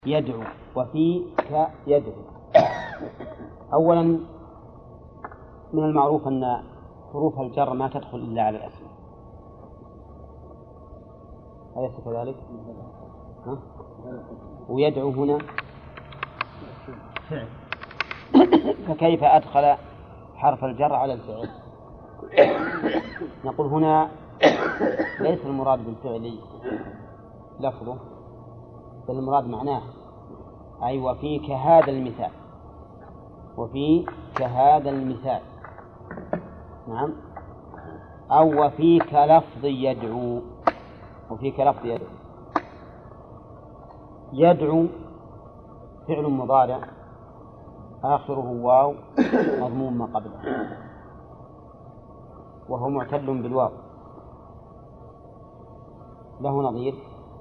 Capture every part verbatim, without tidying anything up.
يدعو وفيك يدعو. أولا من المعروف أن حروف الجر ما تدخل إلا على الاسم، أليس كذلك؟ ها؟ ويدعو هنا فعل، فكيف أدخل حرف الجر على الفعل؟ نقول هنا ليس المراد بالفعل لفظه، بل المراد معناه، أي وفيك هذا المثال، وفيك هذا المثال، نعم، أو وفيك لفظ يدعو، وفيك لفظ يدعو. يدعو فعل مضارع آخره واو مضموم ما قبله، وهو معتل بالواو. له نظير؟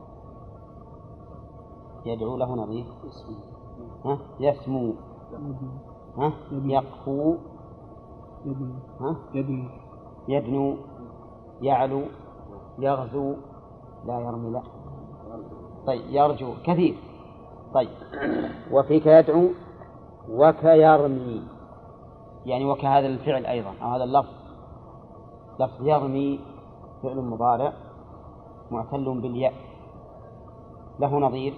يدعو له نظير؟ ها؟ يسمو، ها؟ يقفو، ها؟ يدنو، يعلو، يغزو، لا يرمي، لا، طيب يرجو، كثير. طيب وفيك يدعو وكيرمي، يعني وكهذا الفعل أيضا أو هذا اللفظ، لفظ يرمي فعل مضارع معتل بالياء، له نظير؟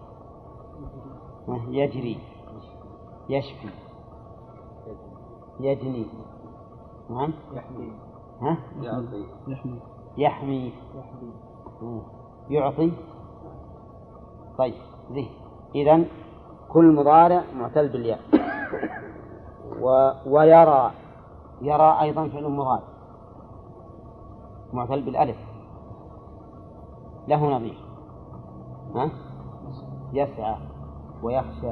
يجري، يشفي، يدني، نعم، ها؟ يحمي، يحمي، يعطي. طيب ذي إذن كل مضارع معتل بالياء. و... ويرى، يرى أيضا فعل مضارع معتل بالألف، له نظير، ها؟ يسعى ويخشى،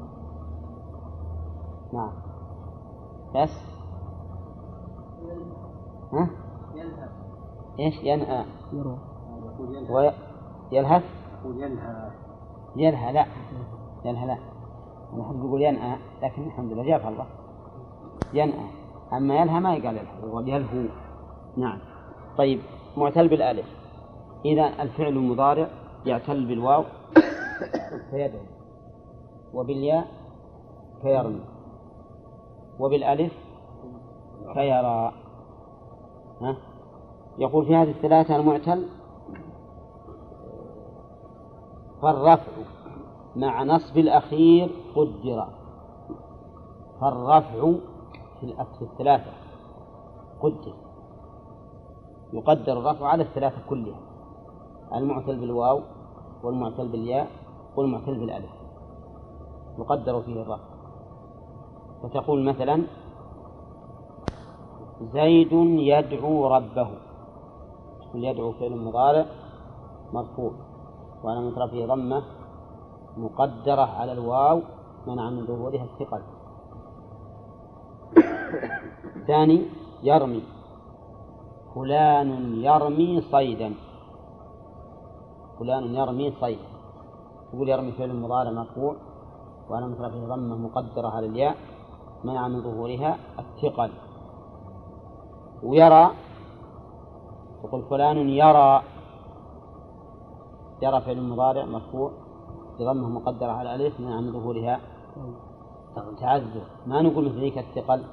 نعم، بس ها؟ إيش ينأى ويلهث، يلهى، لا يلهى، لا، أنا أحب أقول ينأى، لكن الحمد لله جابها الله، ينأى، أما يلهى ما يقال يلهى، يلهو، نعم. طيب معتل بالألف، إذا الفعل المضارع يعتل بالواو فيدعو، وبالياء فيرمي، وبالألف فيرى. ها؟ يقول في هذه الثلاثة المعتل فالرفع مع نصب الأخير قدر، فالرفع في الثلاثة قدر، يقدر الرفع على الثلاثة كلها، المعتل بالواو والمعتل بالياء والمعتل بالألف، يقدر فيه الرفع. فتقول مثلا زيد يدعو ربه، يدعو فعل مضارع مرفوع وعلامة رفعه ضمة مقدرة على الواو منع من ظهورها الثقل. ثاني يرمي، فلان يرمي صيدا، فلان يرمي صيدا، يقول يرمي فعل مضارع مرفوع وعلامة رفعه ضمة مقدرة على الياء منع من ظهورها الثقل. ويرى، يقول فلان يرى، يرى فعل مضارع مرفوع بضمه مقدرة على الألف منع من ظهورها تعذر، ما نقول مثل ذيك الثقل،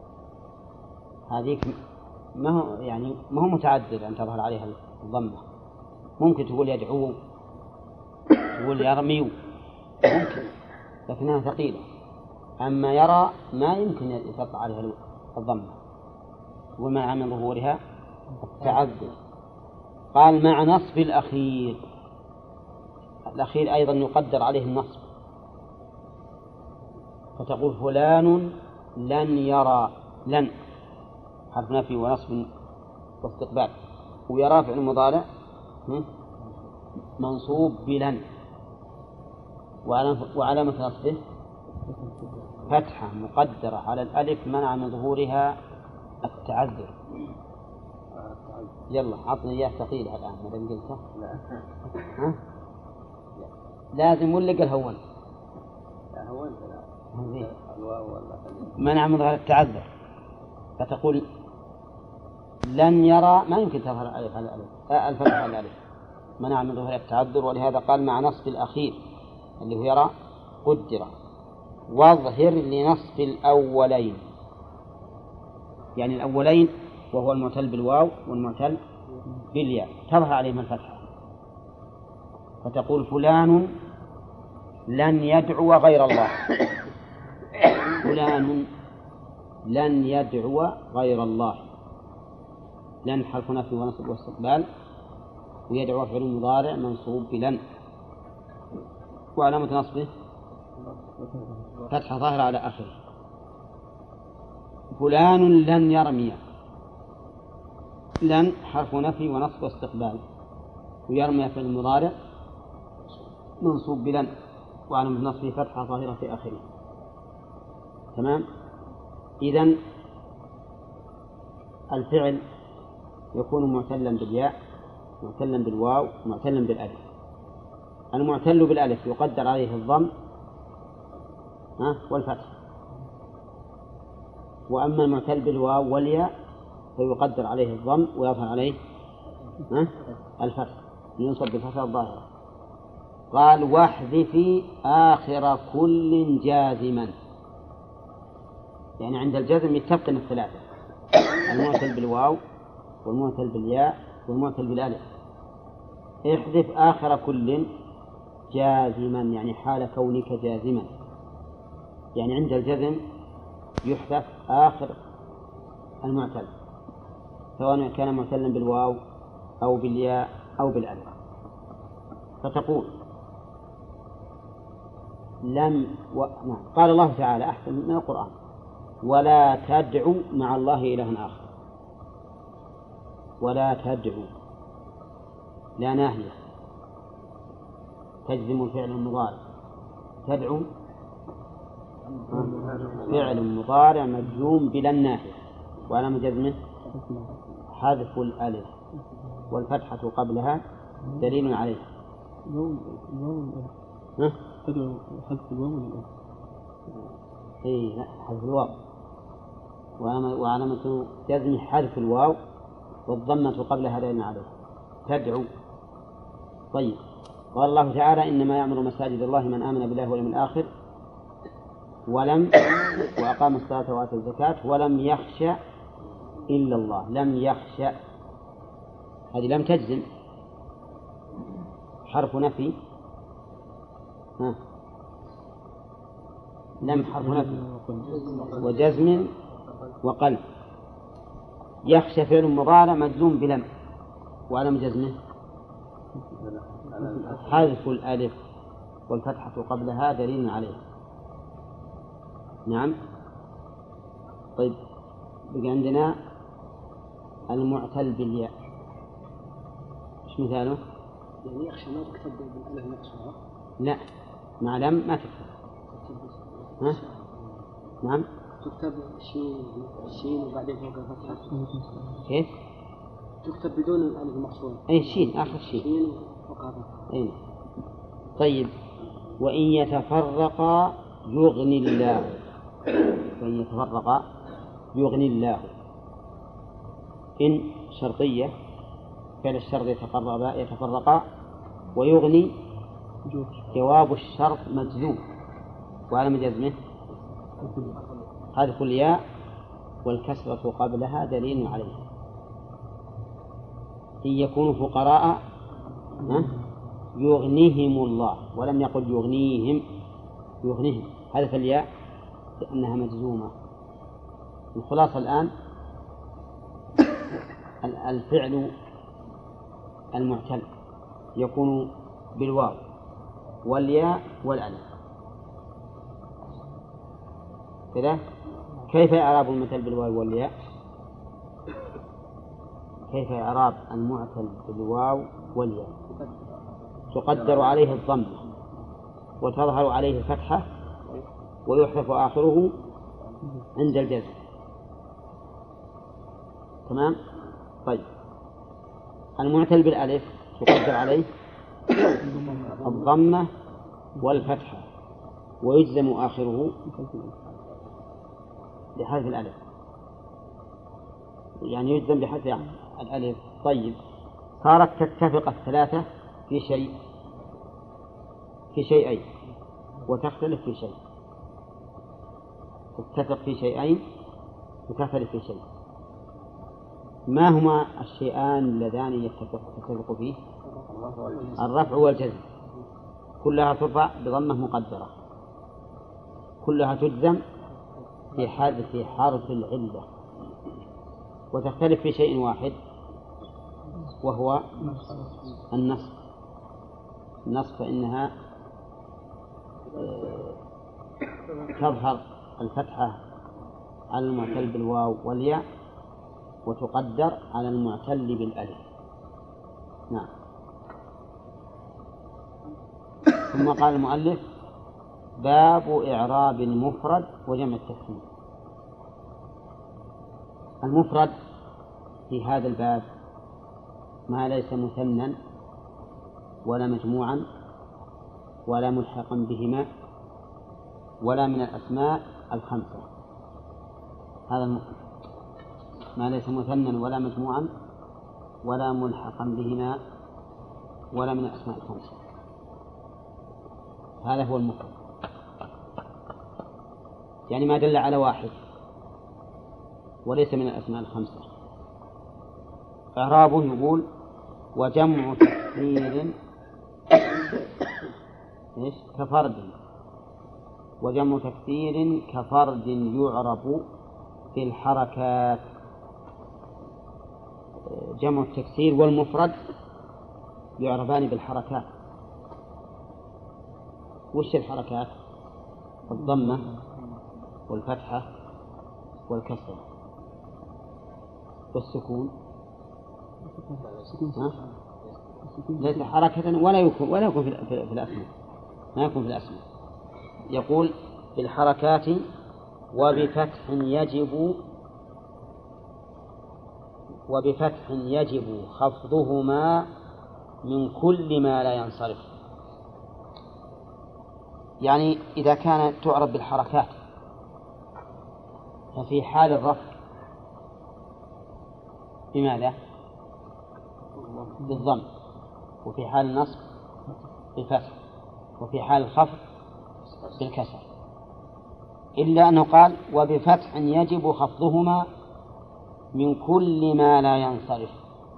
هذيك ما هو يعني ما هو متعذر أن تظهر عليها الضمة، ممكن تقول يدعو، تقول يرمي، ممكن، لكنها ثقيلة. أما يرى ما يمكن يتقع عليها الضمة، ومنع من ظهورها التعذر. قال مع نصب الأخير، الأخير أيضا يقدر عليه النصب، فتقول فلان لن يرى، لن حرف نفي ونصب واستقبال، ويرى فعل مضارع منصوب بلن، وعلامة نصبه فتحة مقدرة على الألف منع من ظهورها التعذر. يلا عطني إياه ثقيلة الآن ما دام قلتها، ها؟ لازم ولا قال هون؟ لا هون، منع من ظهور التعذر، فتقول لن يرى ما يمكن تظهر الألف على الألف، الفتح على الألف منع من ظهور التعذر، ولهذا قال مع نصب الأخير اللي هو يرى قدر. واظهر لنصب الأولين، يعني الأولين وهو المعتل بالواو والمعتل بالياء تظهر عليهما الفتحة، فتقول فلان لن يدعو غير الله. فلان لن يدعو غير الله. لن حرف نفي ونصب واستقبال، ويدعو فعل مضارع منصوب بلن، وعلامة نصبه فتحة ظاهرة على آخره. فلان لن يرمي. لن حرف نفي ونصب واستقبال، ويرمي فعل مضارع منصوب بلن، وعلامة نصبه فتحة ظاهرة في آخره. تمام. إذن الفعل يكون معتلا بالياء، معتلا بالواو، معتلا بالألف. المعتل بالألف يقدر عليه الضم والفتح، وأما المعتل بالواو والياء فيقدر عليه الضم ويظهر عليه الفتح، ينصب بالفتحة الظاهرة. قال واحذفي آخر كل جازما، يعني عند الجزم يتفقن الثلاثة، المعتل بالواو والمعتل بالياء والمعتل بالألف. احذف آخر كل جازما، يعني حال كونك جازما، يعني عند الجزم يحذف آخر المعتل سواء كان معتلا بالواو أو بالياء أو بالألف. فتقول لم و... نعم. قال الله تعالى أحسن من القرآن: ولا تدعو مع الله إلها آخر. ولا تدعو، لا ناهية تجزم الفعل المضارع. تدعو فعل مضارع مجزوم بلا الناهية، وعلامة جزمه حذف الألف، والفتحة قبلها دليل عليه. ها؟ تدعو حذف الواو ولا الألف؟ إيه لا، حذف الواو، وعلامة جزم حذف الواو والضمة قبلها دليل عليه. تدعو. طيب. قال الله تعالى: إنما يعمر مساجد الله من آمن بالله واليوم الآخر ولم وأقام الصلاة وآتى الزكاة ولم يخش إلا الله. لم يخش، هذه لم تجزم، حرف نفي. ها. لم حرف نفي وجزم وقلب. يخشى فعل مضارع مجزوم بلم، وعلم جزمه حذف الألف والفتحة قبلها دليل عليه. نعم. طيب، بقى عندنا المعتل بالياء، ايش مثاله؟ يعني يخشى ما تكتب بالألف نفسها؟ لا، مع لم ما تكتب. ها؟ نعم. تكتب شين شين وبعدين فوق الفتحة. كيف؟ تكتب بدون الألف المقصورة. أي شين، آخر شين. شين فوق الفتحة. أي. طيب. وإن يتفرقا يغني الله. وإن يتفرقا يغني الله. إن شرطية، فعل الشرط يتقربا يتفرقا، ويغني جواب الشرط مجزوم، وعلى جزمه حذف الياء والكسرة قبلها دليل عليه. إن يكونوا فقراء يغنيهم الله، ولم يقل يغنيهم، يغنيهم حذف الياء لأنها مجزومة. الخلاصة الآن الفعل المعتل يكون بالواو والياء والألف. كذا. كيف إعراب المعتل بالواو والياء؟ كيف إعراب المعتل بالواو والياء؟ تقدر عليه الضمة وتظهر عليه الفتحة ويحذف آخره عند الجزم. تمام. طيب، المعتل بالألف تقدر عليه الضمة والفتحة ويجزم آخره بحذف الألف، يعني يجزم بحذف الألف. طيب، صارت تتفق الثلاثة في شيء، في في شيئين وتختلف في شيء، تتفق في شيئين وتختلف في شيء. ما هما الشيئان اللذان يتفق تتفق فيه؟ الرفع والجزم، كلها ترفع بضمة مقدرة، كلها تجزم في حال في حرف العلة، وتختلف في شيء واحد وهو النصب. النصب فإنها تظهر الفتحة على المعتل بالواو والياء وتقدر على المعتل بالألف. نعم. ثم قال المؤلف: باب إعراب المفرد وجمع التكسير. المفرد في هذا الباب ما ليس مثنى ولا مجموعا ولا ملحقا بهما ولا من الأسماء الخمسة. هذا المفرد ما ليس مثنى ولا مجموعا ولا ملحقا بهما ولا من الأسماء الخمسة، هذا هو المفرد، يعني ما دل على واحد وليس من الأسماء الخمسة. إعرابه يقول: وجمع تكسير إيش كفرد، وجمع تكسير كفرد يعرب في الحركات. جمع التكسير والمفرد يعربان بالحركات. وش الحركات؟ الضمة والفتحة والكسرة والسكون. ليس حركة ولا يكون ولا يكون في, في, في الأسماء، ما يكون في الأسماء. يقول في الحركات وبفتح يجب وبفتح يجب خفضهما من كل ما لا ينصرف. يعني إذا كانت تعرب بالحركات ففي حال الرفع بماذا؟ بالضم، وفي حال النصب بالفتح، وفي حال الخفض بالكسر، إلا أنه قال وبفتح يجب خفضهما من كل ما لا ينصرف،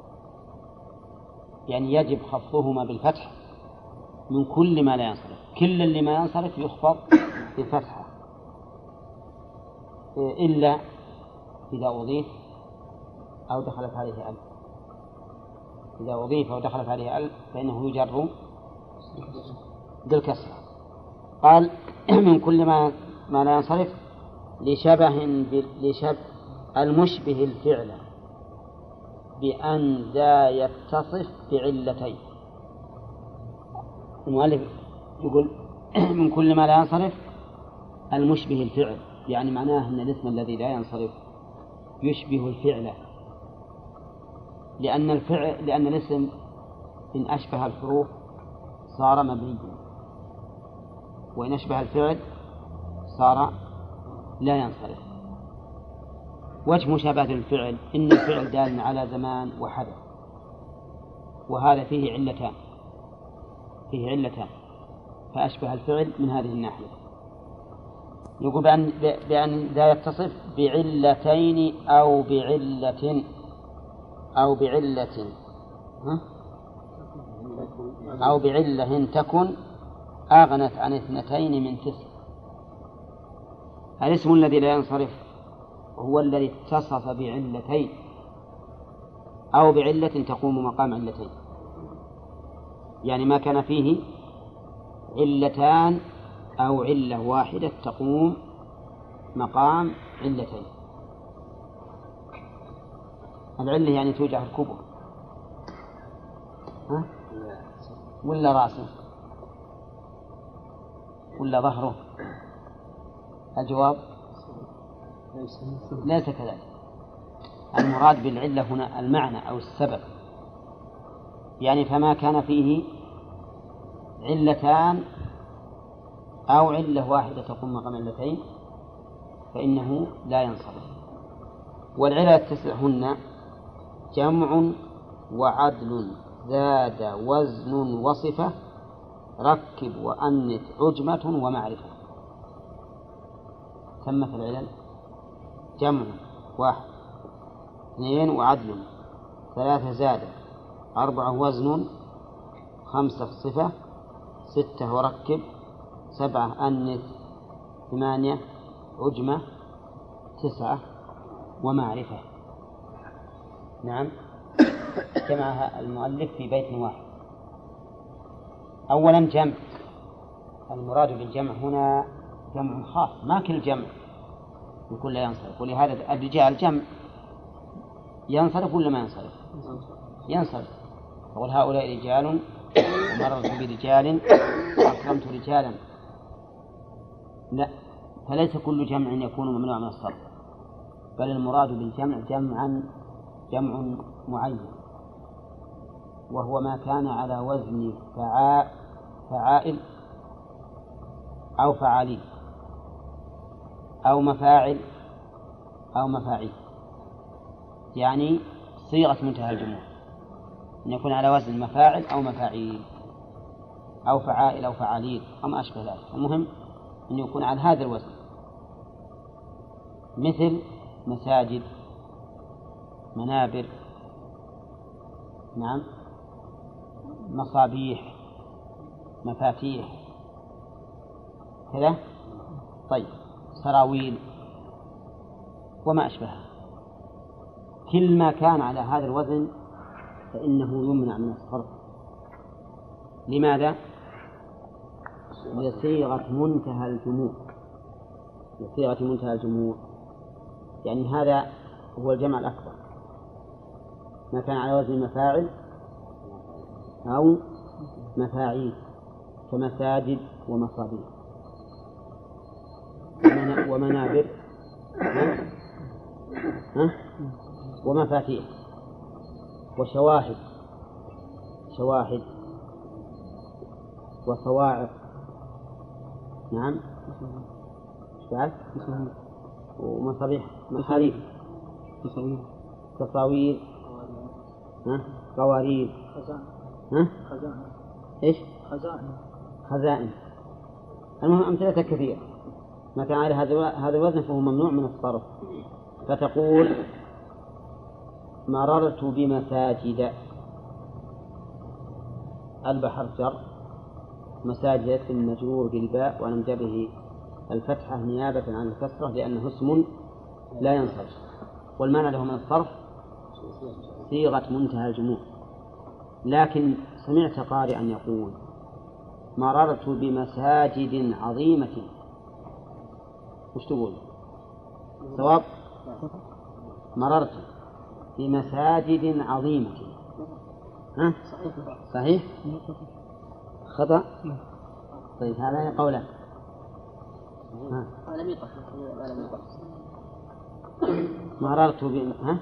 يعني يجب خفضهما بالفتح من كل ما لا ينصرف. كل اللي ما ينصرف يخفض بفتحة، إلا إذا أضيف أو دخلت عليه ألف. إذا أضيف أو دخلت عليه ألف فإنه يجر بالكسرة. قال من كل ما ما لا ينصرف لشبه لشبه المشبه الفعل بأن ذا يتصف بعلتين. المؤلف يقول من كل ما لا ينصرف المشبه الفعل، يعني معناه أن الاسم الذي لا ينصرف يشبه الفعل، لأن الفعل لأن الاسم إن أشبه الحروف صار مبنيا، وإن أشبه الفعل صار لا ينصرف. وجه مشابهة الفعل إن الفعل دال على زمان وحدث، وهذا فيه علتان فيه علتان فأشبه الفعل من هذه الناحية. يقول بأن, بأن ذا يتصف بعلتين أو بعلة أو بعلة ها؟ أو بعلة تكن أغنت عن اثنتين من تسع. الاسم الذي لا ينصرف هو الذي اتصف بعلتين أو بعلة تقوم مقام علتين، يعني ما كان فيه علتان أو علة واحدة تقوم مقام علتين. العلة يعني توجع الكبر ها؟ ولا رأسه ولا ظهره؟ الجواب ليس كذلك. المراد بالعلة هنا المعنى أو السبب، يعني فما كان فيه علتان أو علة واحدة تقوم مقام علتين فإنه لا ينصرف. والعلة التسع هن جمع وعدل زاد وزن وصفة ركب وأنث عجمة ومعرفة. تمت العلل: جمع واحد، اثنين وعدل، ثلاثة زاد، أربعة وزن، خمسة صفة، ستة وركب، سبعة أنث، ثمانية عجمة، تسعة ومعرفة. نعم، جمعها المؤلف في بيت واحد. أولا جمع، المراد بالجمع هنا جمع خاص، ما كل جمع يكون لا ينصرف. ولهذا الرجال جمع ينصرف ولا ما ينصرف؟ ينصرف. أقول هؤلاء رجال ومررت برجال أكرمت رجالا. لا، فليس كل جمع يكون ممنوع من الصرف، بل المراد بالجمع جمعا جمع معين، وهو ما كان على وزن فعاء فعائل أو فعالين أو مفاعل أو مفاعيل، يعني صيغة منتهى الجموع، أن يكون على وزن مفاعل أو مفاعيل أو فعائل أو فعالين أو ما أشبه ذلك. المهم أن يكون على هذا الوزن، مثل مساجد، منابر، نعم، مصابيح، مفاتيح كذا. طيب، سراويل وما أشبهها، كل ما كان على هذا الوزن فإنه يمنع من الصرف. لماذا؟ لصيغة منتهى الجموع، لصيغة منتهى الجموع، يعني هذا هو الجمع الأكبر، ما كان على وزن مفاعل أو مفاعيل كمساجد ومصابيح ومنابر ومفاتيح وشواهد شواهد وصواعق، نعم، بعد ومصابيح، محاريب، تصاوير، قوارير، ها؟ خزائن. إيش؟ خزائن. خزائن. المهم أمثلة كثيرة، ما كان على هذا الوزن فهو ممنوع من الصرف. فتقول: مررت بمساجد، البحر جر، مساجد المجرور بالباء ولم به الفتحة نيابة عن الكسرة لأنه اسم لا ينصرف، والمعنى له من الصرف صيغة منتهى الجموع. لكن سمعت قارئا يقول: مررت بمساجد عظيمة، وش تقول؟ صواب: مررت بمساجد عظيمة. ها؟ صحيح؟ خطأ؟ طيب، هذا قولان. مررت ب... ها؟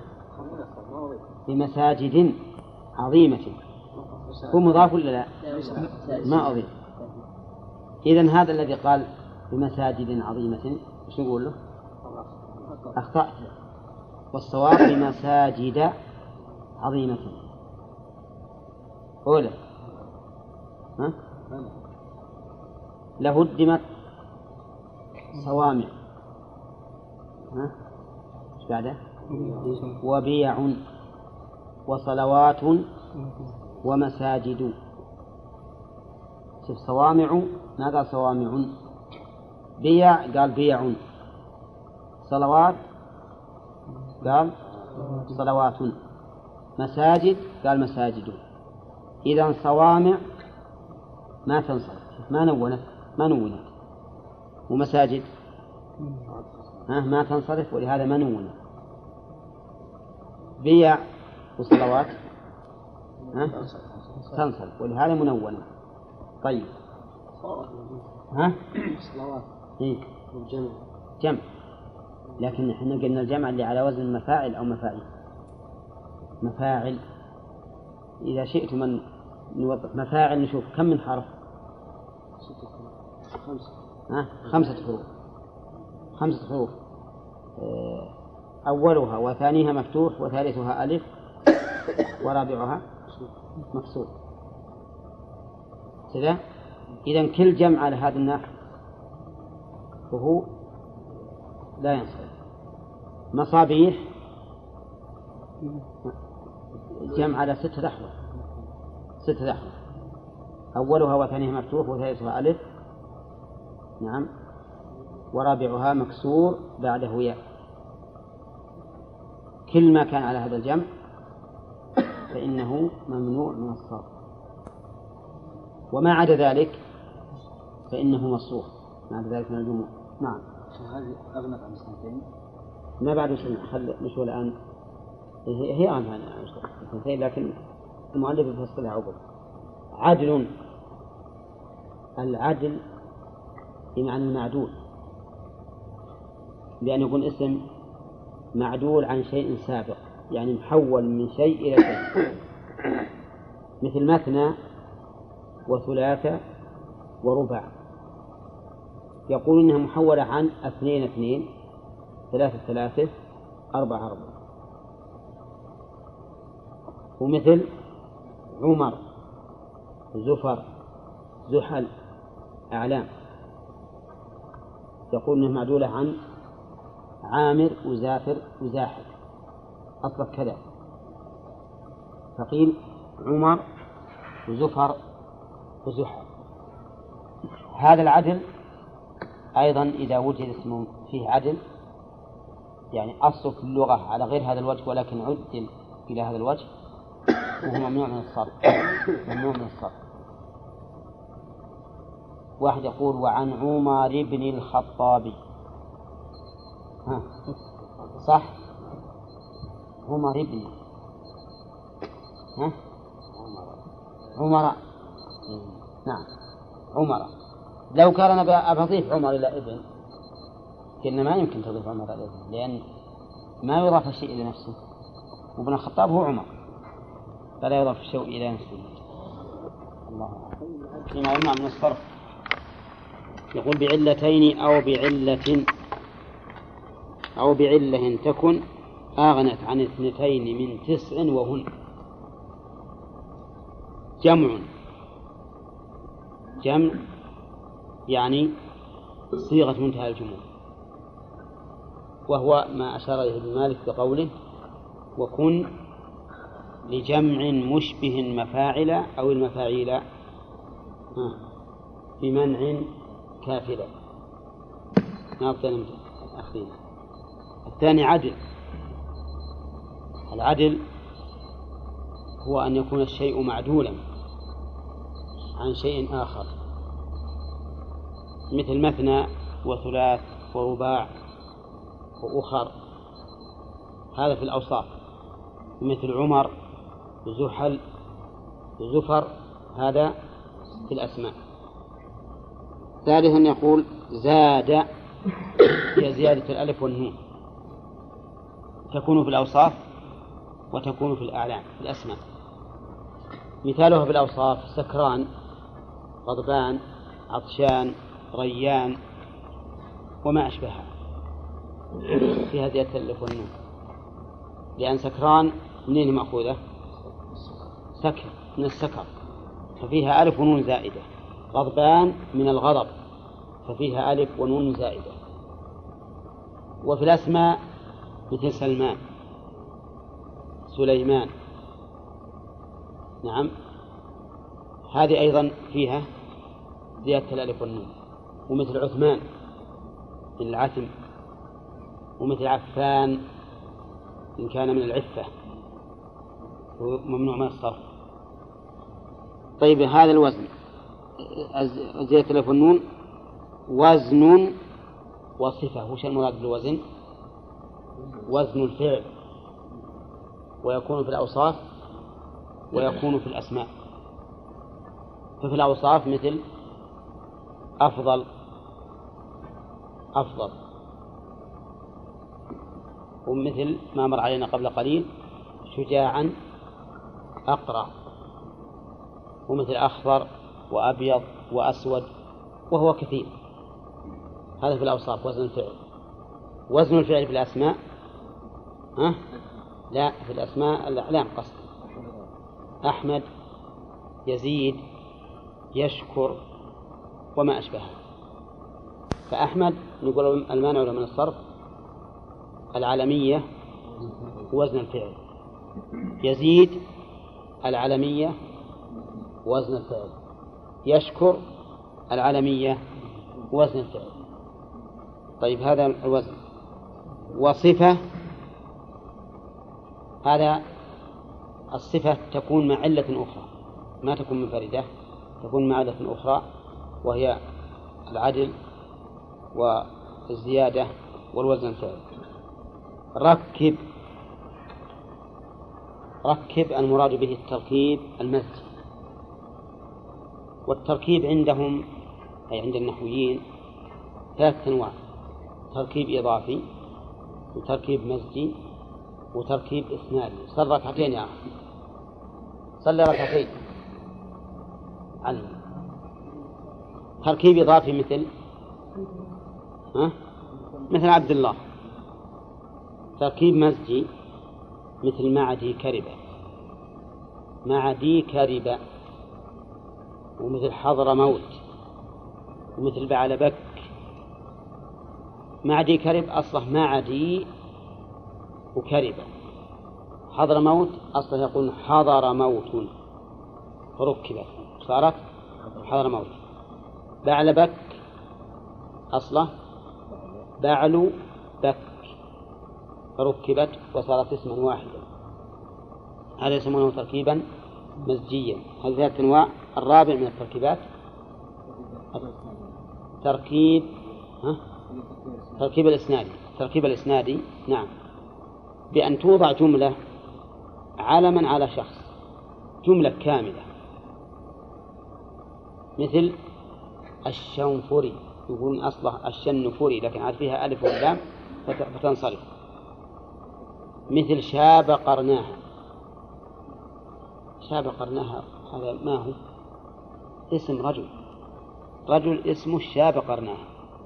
بمساجد عظيمة، هو مضاف ولا لا؟ ما أضيف. إذن هذا الذي قال بمساجد عظيمة شو نقول له؟ أخطأت، والصواب بمساجد عظيمة. أولى ها؟ لهدمت صوامع، ها؟ إيش بعده؟ وبيع وصلوات ومساجد. شوف، صوامع ما قال صوامع، بيع قال بيع، صلوات قال صلوات، مساجد قال مساجد. إذن صوامع ما تنصرف، ما نونت ما نونت، ومساجد ها ما تنصرف، ولهذا ما نونت. بيع وصلوات ها تنصرف، ولهذا منونة. طيب، ها صلوات إيه؟ والجمع جمع، لكن احنا قلنا الجمع اللي على وزن مفاعل أو مفاعيل. مفاعل، إذا شئت من نوضح مفاعل نشوف كم من حرف. خمسة. ها؟ خمسة حروف، خمسة حروف، أولها وثانيها مفتوح وثالثها ألف ورابعها مكسور كذا. إذن كل جمع على هذا النحو وهو لا ينصرف. مصابيح جمع على ستة أحرف، ستة أحرف، أولها وثانيها مفتوح وثالثها ألف، نعم، ورابعها مكسور بعده ياء. كل ما كان على هذا الجمع فإنه ممنوع من الصرف، وما عدا ذلك فإنه مصروف، ما عدا ذلك من الجموع. نعم. هذه أغنت عن سنتين. ما بعد سنة، خل نشوف الآن. هي هي أغنت عن سنتين، لكن المؤلف يفصلها عقب. عدل، العدل بمعنى المعدول، بأن يكون اسم معدول عن شيء سابق، يعني محول من شيء إلى شيء، مثل مثنى وثلاثة وربع، يقول إنها محولة عن اثنين اثنين، ثلاثة ثلاثة، أربعة أربعة. ومثل عمر، زفر، زحل، أعلام، يقول إنها معدولة عن عامر وزافر وزاحل، أصبح كذا، فقيل عمر وزفر وزحل. هذا العدل أيضا إذا وجد اسم فيه عدل، يعني أصل في اللغة على غير هذا الوجه ولكن عدل إلى هذا الوجه، وهو ممنوع من الصرف، ممنوع من الصرف. واحد يقول وعن عمر بن الخطاب، ها صح؟ عمر بن، ها عمر، نعم عمر. لو كان أنا بضيف عمر إلى ابن قلنا ما يمكن تضيف عمر إلى ابن، لأن ما يضاف الشيء إلى نفسه، وابن الخطاب هو عمر، فلا يضاف الشيء إلى نفسه. الله فيما يمنع من الصرف. يقول بعلتين أو بعلة أو بعلة تكن أغنت عن اثنتين من تسع وهن. جمع، جمع يعني صيغة منتهى الجموع، وهو ما أشار إليه ابن مالك بقوله وكن لجمع مشبه مفاعل أو المفاعيل بمنع كافلا. نابتنا أخذين. الثاني عدل. العدل هو أن يكون الشيء معدولا عن شيء آخر، مثل مثنى وثلاث ورباع وأخر، هذا في الأوصاف. مثل عمر وزحل وزفر، هذا في الأسماء. ثالثا يقول زاد، هي زيادة الألف والنون، تكون في الأوصاف وتكون في الأعلام في الأسماء. مثالها في الأوصاف سكران، غضبان، عطشان، ريان وما أشبهها، فيها زيادة الألف والنون، لأن سكران منين مأخوذة؟ سكر، من السكر، ففيها ألف ونون زائدة. غضبان من الغضب، ففيها ألف ونون زائدة. وفي الأسماء مثل سلمان، سليمان، نعم، هذه أيضا فيها زيادة الألف والنون. ومثل عثمان من العثم، ومثل عفان إن كان من العفة، ممنوع من الصرف. طيب هذا الوزن زيادة الألف والنون وزن وصفة. وش المراد بالوزن؟ وزن الفعل، ويكون في الأوصاف ويكون في الأسماء. ففي الأوصاف مثل أفضل، أفضل، ومثل ما مر علينا قبل قليل شجاعا، أقرأ، ومثل أخضر وأبيض وأسود، وهو كثير. هذا في الأوصاف وزن الفعل. وزن الفعل في الأسماء، ها؟ لا، في الأسماء الأعلام قصد. أحمد، يزيد، يشكر، وما أشبهه. فأحمد نقول المانع له من الصرف العلمية وزن الفعل، يزيد العلمية وزن الفعل، يشكر العلمية وزن الفعل. طيب هذا الوزن. وصفة، هذا الصفة تكون مع علة أخرى، ما تكون منفردة، تكون مع علة أخرى وهي العدل والزيادة والوزن الفعل. ركب، ركب المراد به التركيب المزجي. والتركيب عندهم أي عند النحويين ثلاث أنواع: تركيب إضافي، وتركيب مزجي، وتركيب إسنادي. صل ركعتين يا أخي، صلي ركعتين. علم. تركيب إضافي مثل ها؟ مثل عبد الله. تركيب مزجي مثل معدي كربة، معدي كربة، ومثل حضر موت، ومثل بعلبك. معدي كرب أصله معدي وكربة، حضر موت أصله يقول حضر موت فركبت صارت حضر موت. بعلبك أصله بعل بك فركبت وصارت اسما واحدا. هذا يسمونه تركيبا مزجيا. هذه ثلاث أنواع. الرابع من التركيبات تركيب ها؟ تركيب الإسنادي. تركيب الإسنادي نعم، بأن توضع جملة علما على شخص، جملة كاملة، مثل الشنفري، يقولون أصله الشنفري لكن عاد فيها ألف ولام فتنصرف. مثل شاب قرناها. شاب قرناها هذا ما هو؟ اسم رجل، رجل اسمه شاب قرناها.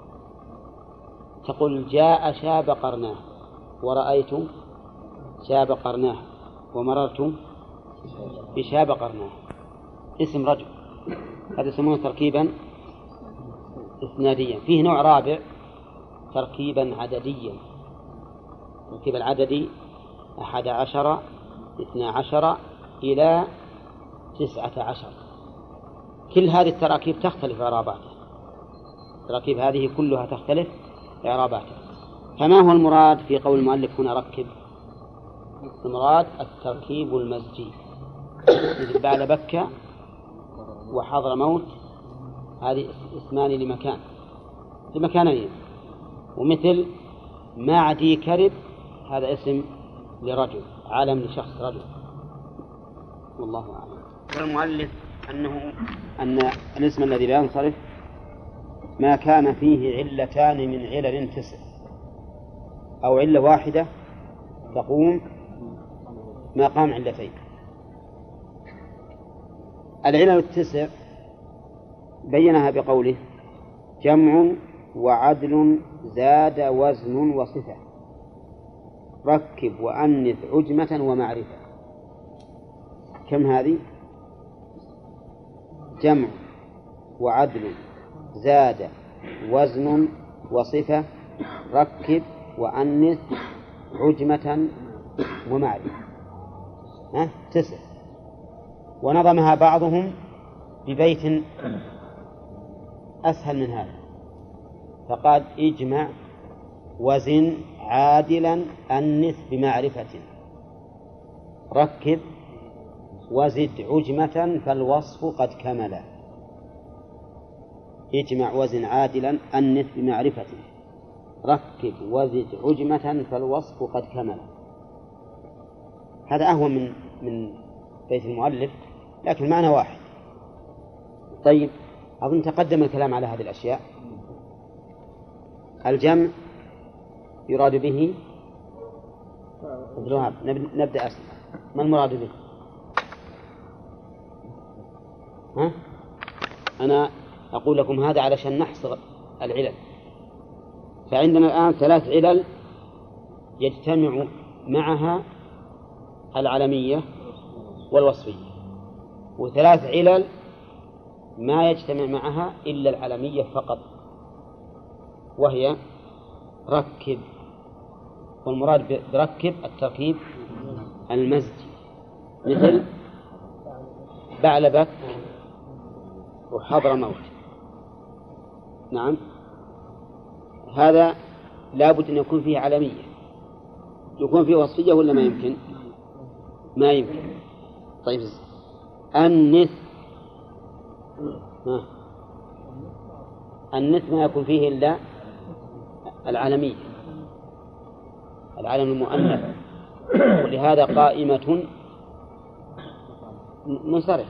تقول جاء شاب قرناها، ورأيت شاب قرناها، ومررت بشاب قرناها. اسم رجل. هذا يسمونه تركيبا إسناديا. فيه نوع رابع تركيبا عدديا. تركيب العددي أحد عشر اثنى عشر إلى تسعة عشر. كل هذه التراكيب تختلف إعراباتها. التراكيب هذه كلها تختلف إعراباتها. فما هو المراد في قول المؤلف هنا ركب؟ المراد التركيب المزجي، مثل بعل بكة وحضر موت، هذه اسمان لمكان لمكانين. ومثل معدي كرب، هذا اسم لرجل، علم لشخص رجل. والله أعلم. والمؤلف أنه أن الاسم الذي لا ينصرف ما كان فيه علتان من علل تسع، أو علة واحدة تقوم مقام علتين. العلل التسع بينها بقوله جمع وعدل زاد وزن وصفة، ركب وأنث عجمة ومعرفة. كم هذه؟ جمع وعدل زاد وزن وصفة، ركب وأنث عجمة ومعرفة. ها؟ تسع. ونظمها بعضهم ببيت أسهل من هذا، فقال اجمع وزن عادلا أنث بمعرفة، ركب وزد عجمة فالوصف قد كمل. اجمع وزن عادلا أنث بمعرفة، ركب وزد عجمة فالوصف قد كمل. هذا أهون من من بيت المؤلف، لكن معنى واحد. طيب، أظن تقدم الكلام على هذه الأشياء. الجمع يراد به نبدأ أسمع. ما المراد به؟ ها؟ أنا أقول لكم هذا علشان نحصر العلل. فعندنا الآن ثلاث علل يجتمع معها العلمية والوصفية، وثلاث علل ما يجتمع معها إلا العلمية فقط، وهي ركب، والمراد بركب التركيب المزجي، مثل بعلبك وحضر موت. نعم، هذا لابد أن يكون فيه علمية. يكون فيه وصفية ولا ما يمكن؟ ما يمكن. طيب النث، النث ما يكون فيه إلا العالمية، العالم المؤنث، ولهذا قائمة منصرف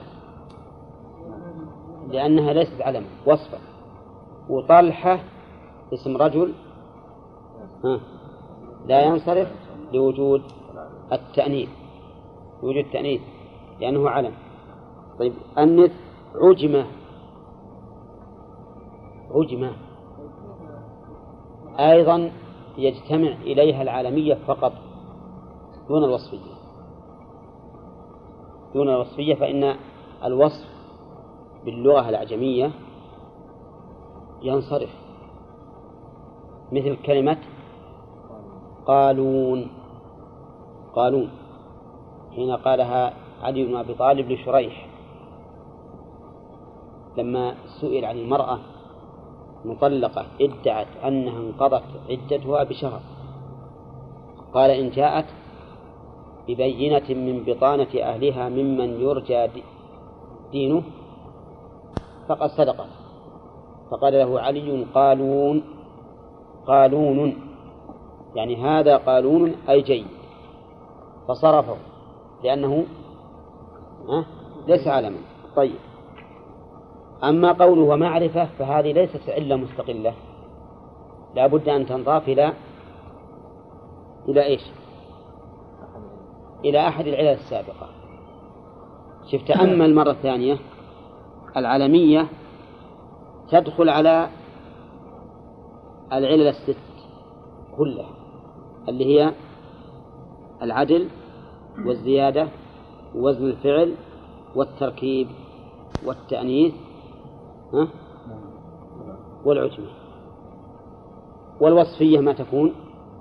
لأنها ليست علما وصفا. وطلحة اسم رجل ها لا ينصرف لوجود التأنيث، لوجود التأنيث لأنه علم. طيب النث عجمة، عجمة أيضا يجتمع إليها العالمية فقط دون الوصفية، دون الوصفية، فإن الوصف باللغة الأعجمية ينصرف، مثل كلمة قالون، قالون حين قالها علي بن أبي طالب لشريح لما سئل عن المرأة مطلقة ادعت أنها انقضت عدتها بشهر، قال إن جاءت ببينة من بطانة أهلها ممن يرجى دينه فقد صدقت. فقال له علي قالون، قالون يعني هذا قالون أي جيد، فصرفه لأنه ليس علما. طيب أما قوله ومعرفة فهذه ليست علة مستقلة، لا بد أن تنضاف إلى إلى إيش؟ إلى أحد العلل السابقة. شفت أما المرة الثانية العلمية تدخل على العلل الست كلها، اللي هي العدل والزيادة ووزن الفعل والتركيب والتأنيث والعجمة. والوصفية ما تكون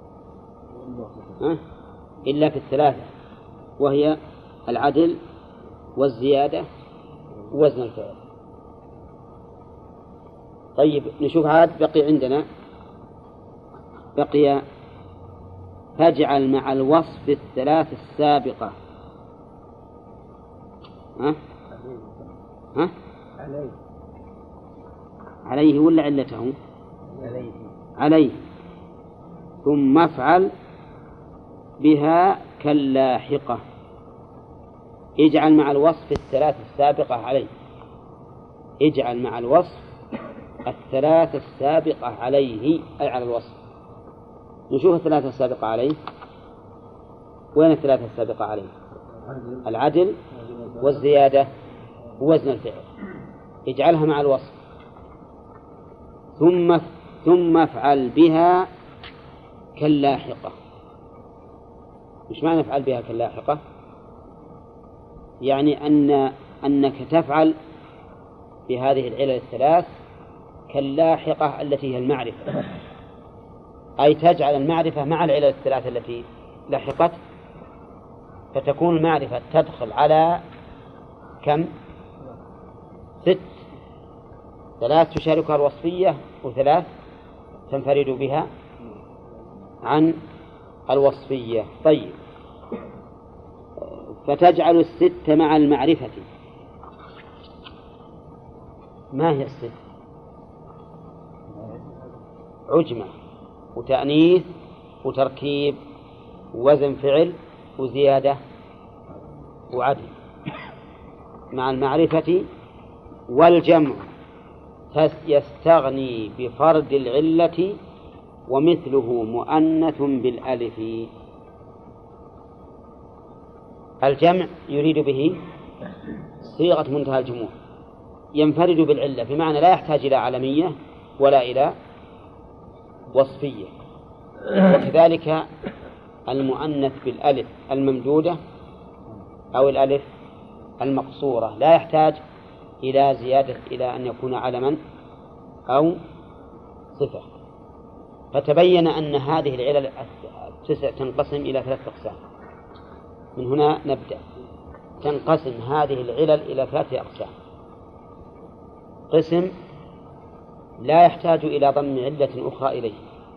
إلا في الثلاثة، وهي العدل والزيادة ووزن الفعل. طيب نشوف عاد بقي عندنا، بقي فاجعل مع الوصف الثلاث السابقة ها؟ ها؟ عليه عليه ولا علته؟ عليه عليه ثم افعل بها كاللاحقة. اجعل مع الوصف الثلاث السابقة عليه، اجعل مع الوصف الثلاث السابقة عليه أي على الوصف. نشوف الثلاثة السابقة عليه، وين الثلاثة السابقة عليه؟ العدل والزيادة ووزن الفعل، اجعلها مع الوصف. ثم ثم افعل بها كاللاحقة. مش معنى افعل بها كاللاحقة؟ يعني أن أنك تفعل بهذه العلل الثلاث كاللاحقة التي هي المعرفة، أي تجعل المعرفة مع العلل الثلاث التي لحقت، فتكون المعرفة تدخل على كم؟ ست، ثلاث تشاركها الوصفية وثلاث تنفرد بها عن الوصفية. طيب فتجعل الست مع المعرفة. ما هي الست؟ عجمة وتأنيث وتركيب ووزن فعل وزيادة وعدل مع المعرفة. والجمع يستغني بفرد العلة ومثله مؤنث بالألف. الجمع يريد به صيغة منتهى الجموع، ينفرد بالعلة بمعنى لا يحتاج إلى علمية ولا إلى وصفية. وكذلك المؤنث بالألف الممدودة أو الألف المقصورة لا يحتاج إلى زيادة إلى أن يكون علما أو صفة. فتبين أن هذه العلل التسع تنقسم إلى ثلاث أقسام. من هنا نبدأ. تنقسم هذه العلل إلى ثلاثة أقسام. قسم لا يحتاج إلى ضم علة أخرى إليه،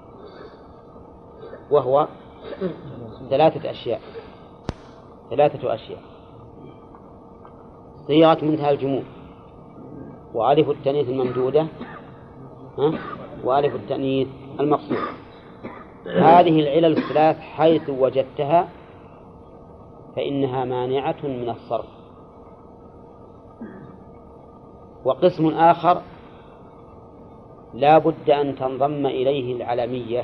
وهو ثلاثة أشياء ثلاثة أشياء صيغة منتهى الجموع، وألف التأنيث الممدودة، وألف التأنيث المقصود. هذه العلل الثلاث حيث وجدتها فإنها مانعة من الصرف. وقسم آخر لا بد أن تنضم إليه العلمية،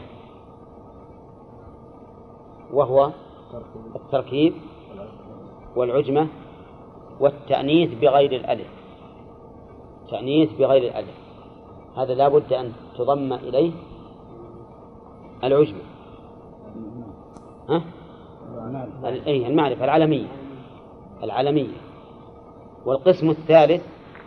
وهو التركيب والعجمة والتأنيث بغير الألف. تأنيث بغير الألف هذا لا بد أن تضم إليه العجمة، ها؟ أي المعرفة العلمية العلمية. والقسم الثالث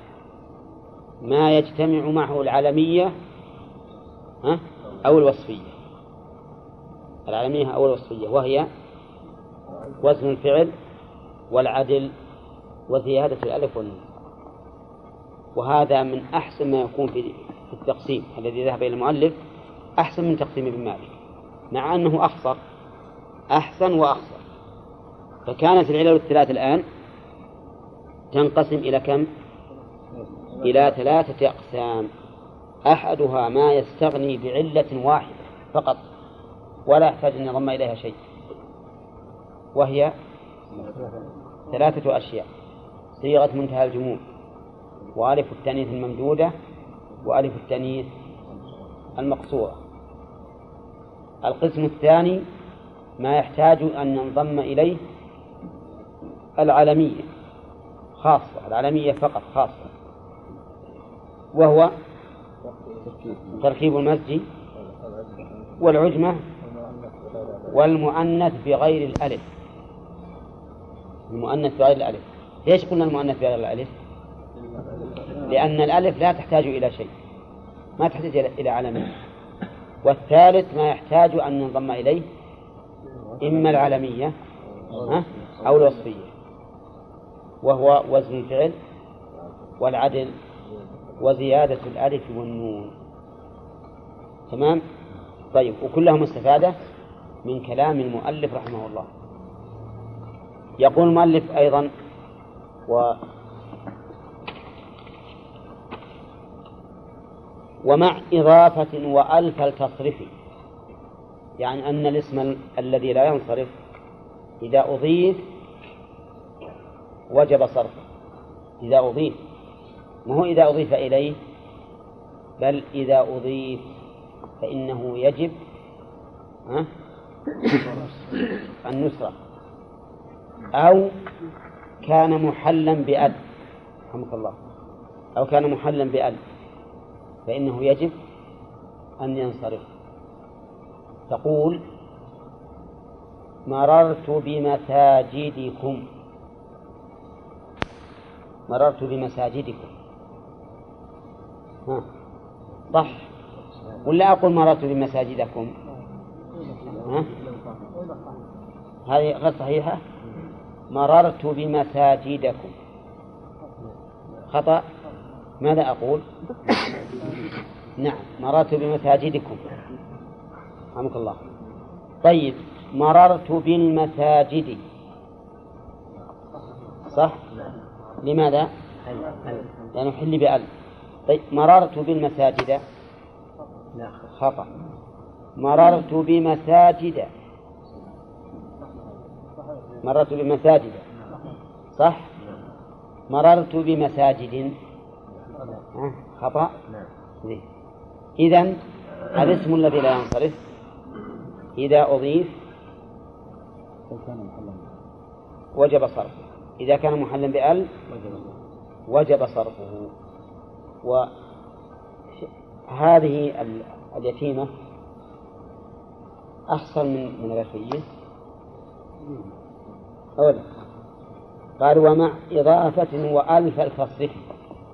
ما يجتمع معه العلمية ها؟ أو الوصفية. العلمية أو الوصفية، وهي وزن الفعل والعدل وزيادة الألف والنون. وهذا من أحسن ما يكون في التقسيم الذي ذهب إلى المؤلف، أحسن من تقسيم ابن مالك، مع أنه أخصر أحسن وأخصر. فكانت العلل الثلاث الآن تنقسم إلى كم؟ إلى ثلاثة أقسام. أحدها ما يستغني بعلة واحدة فقط ولا يحتاج أن يضم إليها شيء، وهي ثلاثة أشياء: صيغة منتهى الجموع، وألف التأنيث الممدودة، وألف التأنيث المقصورة. القسم الثاني ما يحتاج أن ينضم إليه العلمية خاصة، العلمية فقط خاصة، وهو تركيب المزج والعجمة والمؤنث بغير الألف. المؤنث بغير الألف، ليش قلنا المؤنث بغير الألف؟ لأن الألف لا تحتاج إلى شيء، ما تحتاج إلى علمية. والثالث ما يحتاج أن ينضم إليه إما العلمية أو الوصفية، وهو وزن الفعل والعدل وزيادة الألف والنون. تمام؟ طيب، وكلها مستفادة من كلام المؤلف رحمه الله. يقول المؤلف أيضا: و ومع إضافة وألف التصرف، يعني أن الاسم الذي لا ينصرف إذا أضيف وجب صرفه. إذا أضيف، ما هو إذا أضيف إليه، بل إذا أضيف فإنه يجب النصرة، أو كان محلا بأل، رحمك الله، أو كان محلا بأل فإنه يجب أن ينصرف. تقول: مررت بمساجدكم. مررت بمساجدكم، ها صح ولا أقول مررت بمساجدكم؟ ها؟ هذه غير صحيحة. مررت بمساجدكم خطأ. ماذا أقول؟ نعم، مررت بمساجدكم، رحمك الله. طيب، مررت بالمساجد، صح؟ لماذا؟ لأنه حل بأل. طيب، مررت بالمساجد خطأ. مررت بمساجد، مررت بمساجد، صح؟ مررت بمساجد خطأ. إذن الاسم الذي لا ينصرف إذا أضيف وجب صرفه، إذا كان محلا بأل وجب صرفه. وهذه اليتيمة أحسن من من الرفية أولا. قال: ومع إضافة وألف الفصل.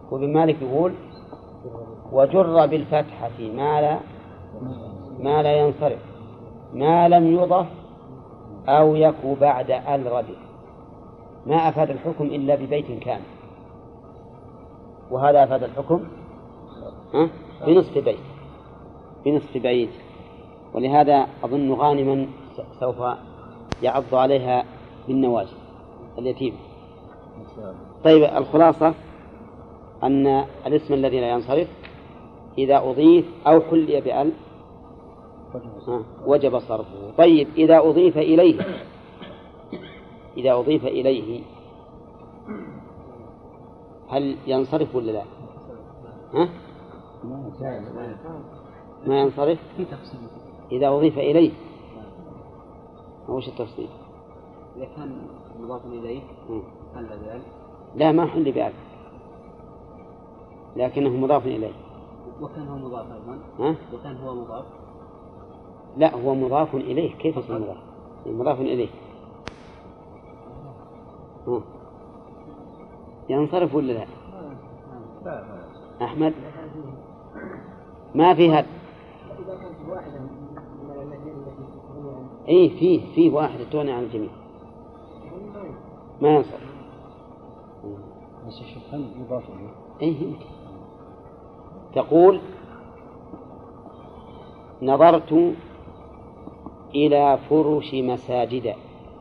وابن مالك يقول وجر بالفتحة ما لا ما لا ينصرف ما لم يضف أو يكو بعد الردف، ما أفاد الحكم إلا ببيت كامل، وهذا أفاد الحكم بنصف بيت بنصف بيت. ولهذا أظن غانما سوف يعض عليها بالنواجذ اليتيم. طيب الخلاصة أن الاسم الذي لا ينصرف إذا أضيف أو حلي بأل وجب صرفه. طيب إذا أضيف إليه إذا أضيف إليه هل ينصرف ولا لا؟ ها؟ ما ينصرف إذا أضيف إليه. وش التفصيل؟ إذا كان مضاف إليه هل ذلك؟ لا، ما حل بأل لكنه مضاف إليه. وكان هو مضاف أيضا؟ ها؟ وكان هو مضاف؟ لا، هو مضاف إليه. كيف يصير مضاف؟ مضاف إليه ها. ينصرف ولا لا؟ أحمد ما في هذا. إيه فيه فيه واحد توني عن الجميع ما ينصرف. بس الشيخ هل يضاف إليه؟ إيه يمكن. تقول نظرت إلى فرش مساجد.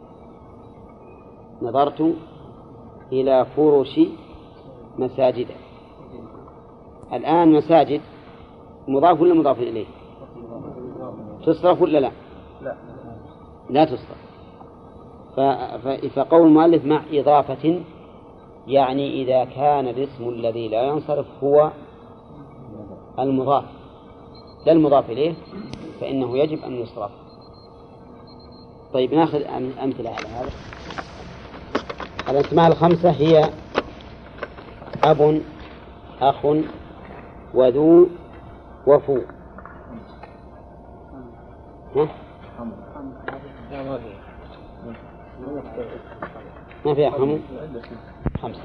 نظرت إلى فرش مساجد. الآن مساجد مضاف ولا مضاف إليه؟ تصرف ولا لا؟ لا لا تصرف. فقول المؤلف مع إضافة يعني إذا كان الاسم الذي لا ينصرف هو المضاف لا المضاف إليه فإنه يجب أن يصرف. طيب نأخذ أمثلة على هذا. الأسماء الخمسة هي أب أخ وذو وفو. ها؟ ما فيها خمس خمسة.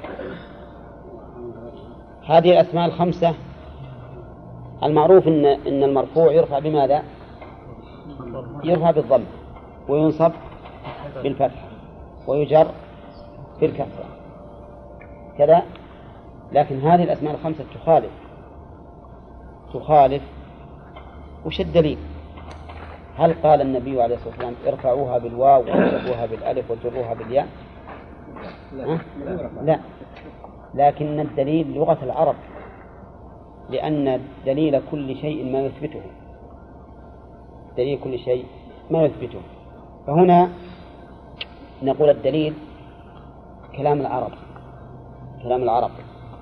هذه الأسماء الخمسة المعروف إن إن المرفوع يرفع بماذا؟ يرفع بالضم وينصب بالفتح ويجر بالكسرة كذا. لكن هذه الأسماء الخمسة تخالف تخالف وش الدليل؟ هل قال النبي عليه الصلاة والسلام ارفعوها بالواو وانصبوها بالألف وجروها بالياء؟ لا. لا، لكن الدليل لغة العرب، لأن دليل كل شيء ما يثبته دليل كل شيء ما يثبته. فهنا نقول الدليل كلام العرب كلام العرب.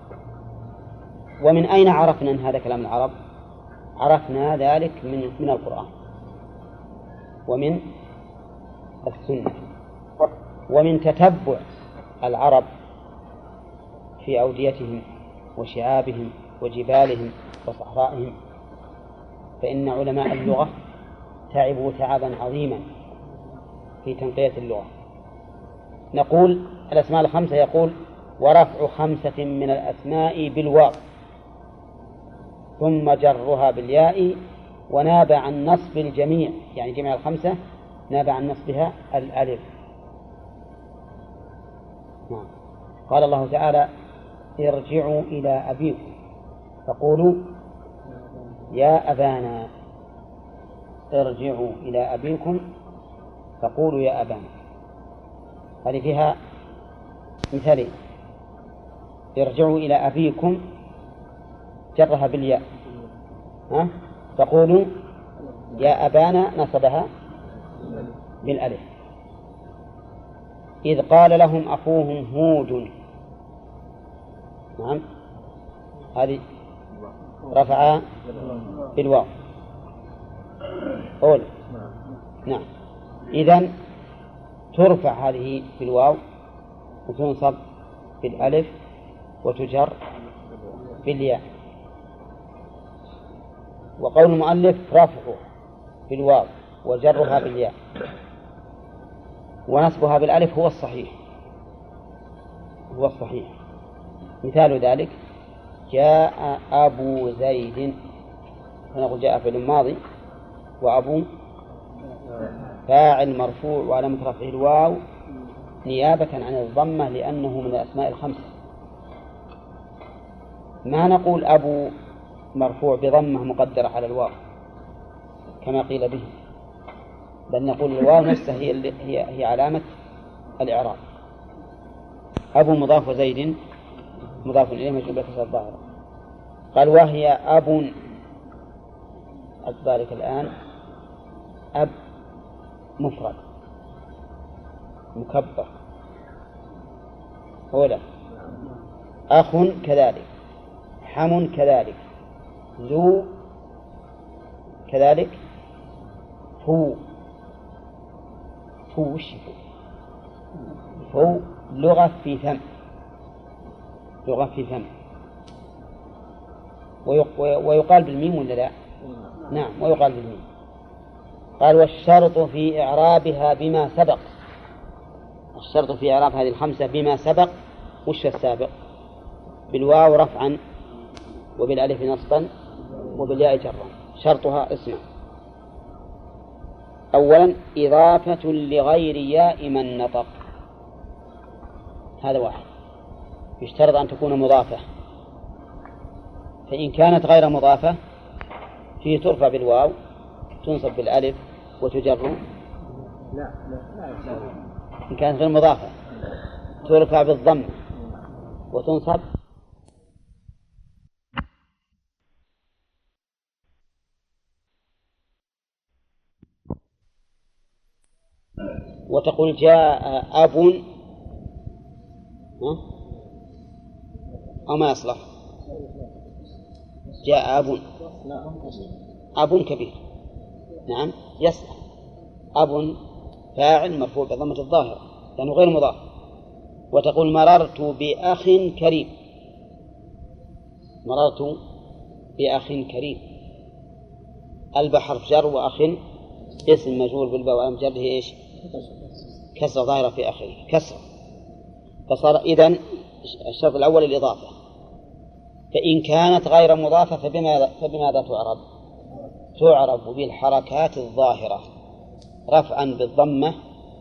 ومن أين عرفنا أن هذا كلام العرب؟ عرفنا ذلك من من القرآن ومن السنة ومن تتبع العرب في أوديتهم وشعابهم وجبالهم وصحرائهم. فإن علماء اللغة تعبوا تعبا عظيما في تنقية اللغة. نقول الأسماء الخمسة يقول ورفع خمسة من الأسماء بالواو ثم جرها بالياء وناب عن نصب الجميع، يعني جميع الخمسة ناب عن نصبها الألف. نعم. قال الله تعالى ارجعوا إلى أبيكم فقولوا يا أبانا. ارجعوا إلى أبيكم فقولوا يا أبانا. هذه فيها مثالين. ارجعوا إلى أبيكم جرها بالياء ها؟ فقولوا يا أبانا نصبها بالألف. إذ قال لهم أخوهم هود. نعم هذه رفع بالواو قول. نعم إذن ترفع هذه بالواو وتنصب بالألف وتجر بالياء. وقول المؤلف رفعه بالواو وجرها بالياء ونصبها بالألف هو الصحيح هو الصحيح. مثال ذلك جاء أبو زيد، فنقول جاء فعل ماضي وأبو فاعل مرفوع وعلامة رفعه الواو نيابة عن الضمة لأنه من الأسماء الخمسة. ما نقول أبو مرفوع بضمة مقدرة على الواو كما قيل به، بل نقول الواو نفسها هي, هي, هي علامة الإعراب. أبو مضاف وزيد مضاف إليه مجرور بكسر الظاهرة. قال وهي أب، أذلك الآن أب مفرد مكبر أولا، أخ كذلك، حم كذلك، ذو كذلك، فو فو وش فو فو لغة في فم، لغة في فم. ويقال بالميم ولا لا؟ نعم ويقال بالميم. قال والشرط في إعرابها بما سبق، الشرط في إعراب هذه الخمسة بما سبق. وش السابق؟ بالواو رفعا وبالألف نصبا وبالياء جرا. شرطها اسمع: أولا إضافة لغير ياء من نطق، هذا واحد، يشترط أن تكون مضافة، فإن كانت غير مضافة فيه ترفع بالواو تنصب بالألف وتجر. لا لا إن كانت غير مضافة ترفع بالضم وتنصب وتقول جاء أب أو ما يصلح جاء أب أب كبير، نعم يصلح. أب فاعل مرفوع بضمة الظاهرة لأنه غير مضاف. وتقول مررت بأخ كريم، مررت بأخ كريم. الباء حرف جر وأخ اسم مجرور بالباء وعلامة جره إيش؟ كسر ظاهرة في آخره، كسر. فصار إذن الشرط الأول الإضافة. فإن كانت غير مضافة فبماذا, فبماذا تعرب؟ تعرب بالحركات الظاهرة، رفعا بالضمة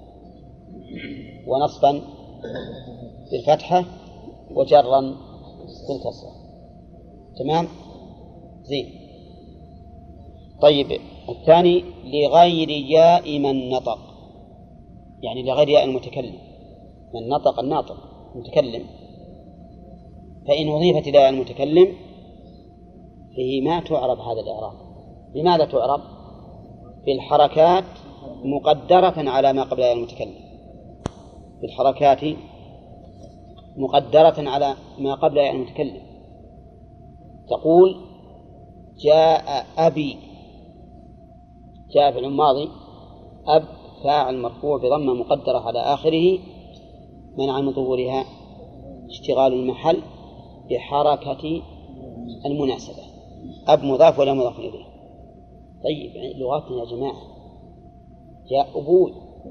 ونصبا بالفتحة وجرا بالكسرة. تمام؟ زين. طيب الثاني لغير ياء من نطق، يعني لغير ياء المتكلم، من نطق الناطق متكلم، فإن أضيفت إلى المتكلم فيه ما تعرب هذا الإعراب. لماذا تعرب؟ بالحركات مقدرة على ما قبل المتكلم، بالحركات مقدرة على ما قبل المتكلم. تقول جاء أبي، جاء في الماضي، أب فاعل مرفوع بضمة مقدرة على آخره منع من ظهورها اشتغال المحل بحركة المناسبة. أب مضاف ولا مضاف إليه. طيب يعني لغاتنا يا جماعة، جاء أبوي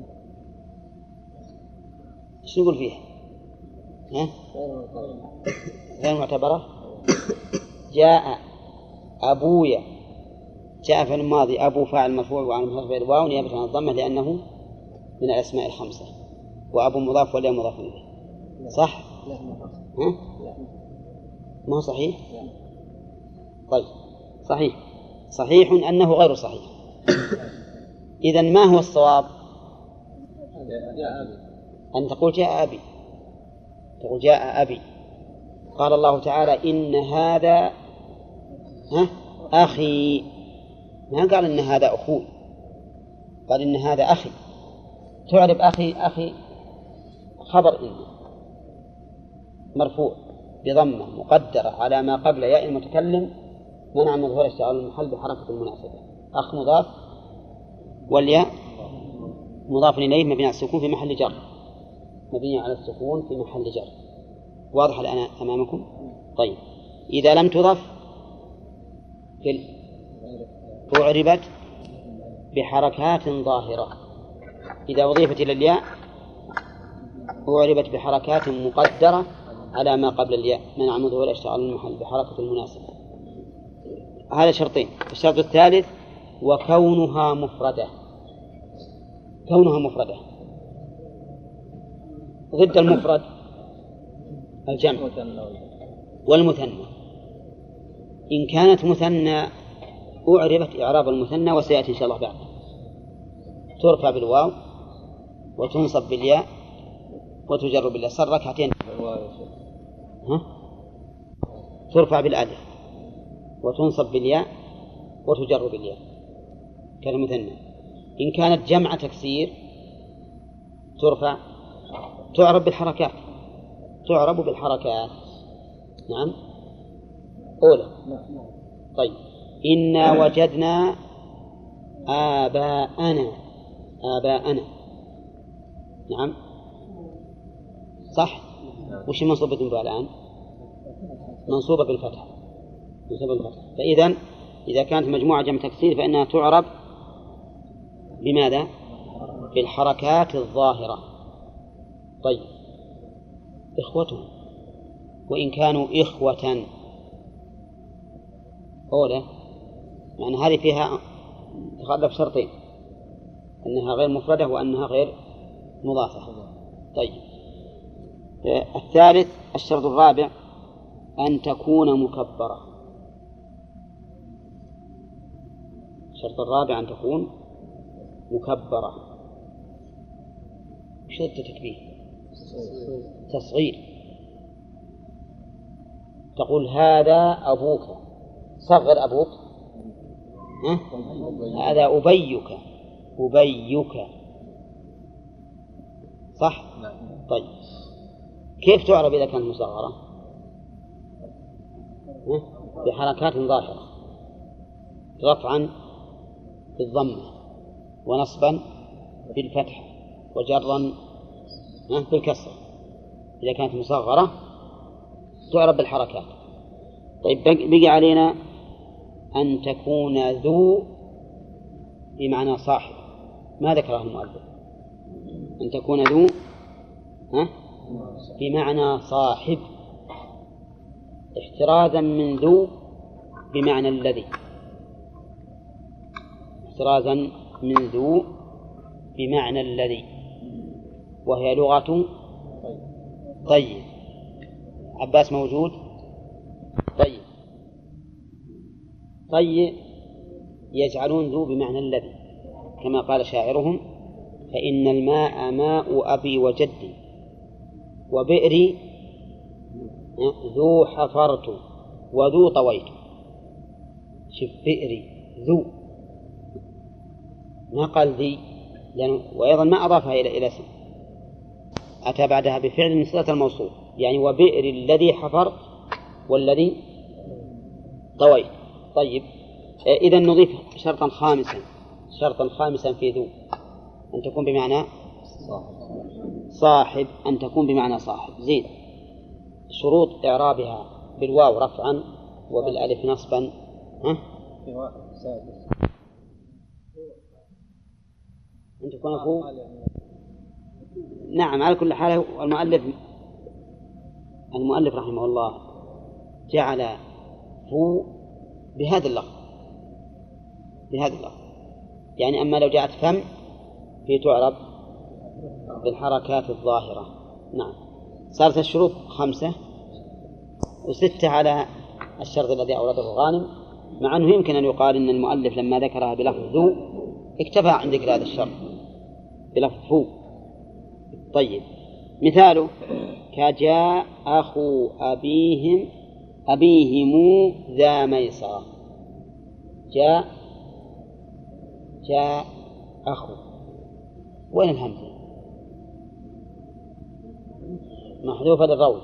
شو نقول فيها؟ ها؟ غير معتبرة. جاء أبويا، جاء في الماضي أبو فاعل مرفوع وعلامة رفعه الواو نيابة عن الضمة لأنه من الأسماء الخمسة. وأبو مضاف ولا مضاف إليه، صح؟ ها؟ ما هو صحيح؟ طيب صحيح، صحيح أنه غير صحيح. إذن ما هو الصواب؟ أن تقول جاء أبي، تقول جاء أبي. قال الله تعالى إن هذا ها أخي، ما قال إن هذا أخوي، قال إن هذا أخي. تعرف أخي، أخي خبر إن مرفوع بضمة مقدرة على ما قبل ياء المتكلم منع من ظهور اشتغال المحل بحركة المناسبة. أخ مضاف والياء مضاف إليه مبني على السكون في محل جر، مبني على السكون في محل جر. واضح الآن أمامكم؟ طيب إذا لم تضف أعربت بحركات ظاهرة، إذا أضيفت إلى الياء أعربت بحركات مقدرة على ما قبل الياء منع من ظهور اشتغال المحل بحركة المناسبة. هذا شرطين. الشرط الثالث وكونها مفردة. كونها مفردة ضد المفرد الجمع والمثنى. إن كانت مثنى أعربت إعراب المثنى وسيأتي إن شاء الله بعد. ترفع بالواو وتنصب بالياء وتجر بالياء. صار ركعتين. ها؟ ترفع بالألف وتنصب بالياء وتجر بالياء كالمثنى. إن كانت جمع تكسير ترفع تعرب بالحركات تعرب بالحركات. نعم. أولى. طيب إنا وجدنا آباءنا. آباءنا. نعم صح. وش منصوبة بها الآن؟ منصوبة بالفتح. منصوبة بالفتح. فإذا إذا كانت مجموعة جمع تكسير فإنها تعرب بماذا؟ بالحركات الظاهرة. طيب إخوته وإن كانوا إخوة أولى، يعني هذه فيها تخلف شرطين، أنها غير مفردة وأنها غير مضافة. طيب الثالث الشرط الرابع أن تكون مكبرة. الشرط الرابع أن تكون مكبرة. شد تكبير تصغير. تقول هذا أبوك. صغر أبوك. ها؟ هذا أبيك. أبيك صح؟ طيب كيف تعرب إذا كانت مصغرة؟ بحركات ظاهرة. رفعا بالضمة ونصبا بالفتح وجرا بالكسر. إذا كانت مصغرة تعرب بالحركات. طيب بقي علينا أن تكون ذو بمعنى صاحب. ما ذكره المؤلف. أن تكون ذو ها بمعنى صاحب احترازا من ذو بمعنى الذي. احترازا من ذو بمعنى الذي وهي لغة طيب. عباس موجود؟ طيب طيب يجعلون ذو بمعنى الذي كما قال شاعرهم فإن الماء ماء أبي وجدي وبئري ذو حفرت وذو طويت. شف بئري ذو ما قال ذي لأنه وأيضا ما أضافها إلى إلى اسم. أتى بعدها بفعل من صلة الموصول يعني وبئر الذي حفرت والذي طويت. طيب إذا نضيف شرطا خامسا. شرطا خامسا في ذو أن تكون بمعنى صاحب. أن تكون بمعنى صاحب. زين. شروط إعرابها بالواو رفعا وبالألف نصبا. ها؟ أن تكون فو. نعم على كل حال المؤلف المؤلف رحمه الله جعل فو بهذا اللفظ بهذا اللفظ يعني أما لو جاءت فم في تعرب بالحركات الظاهرة. نعم. صارت الشروط خمسة وستة على الشرط الذي أورده غانم مع أنه يمكن أن يقال أن المؤلف لما ذكرها بلفظ ذو اكتفى عن ذكر هذا الشرط بلفظ فو. طيب مثاله كجاء أخو أبيهم أبيهم ذا ميسرة. جاء جاء أخو وين الهمزة؟ محذوفة للروي.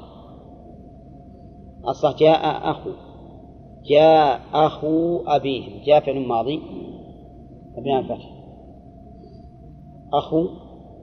أصلا جاء أخو جاء أخو أبيهم. جاء فعل ماضي مبني على الفتح. أخو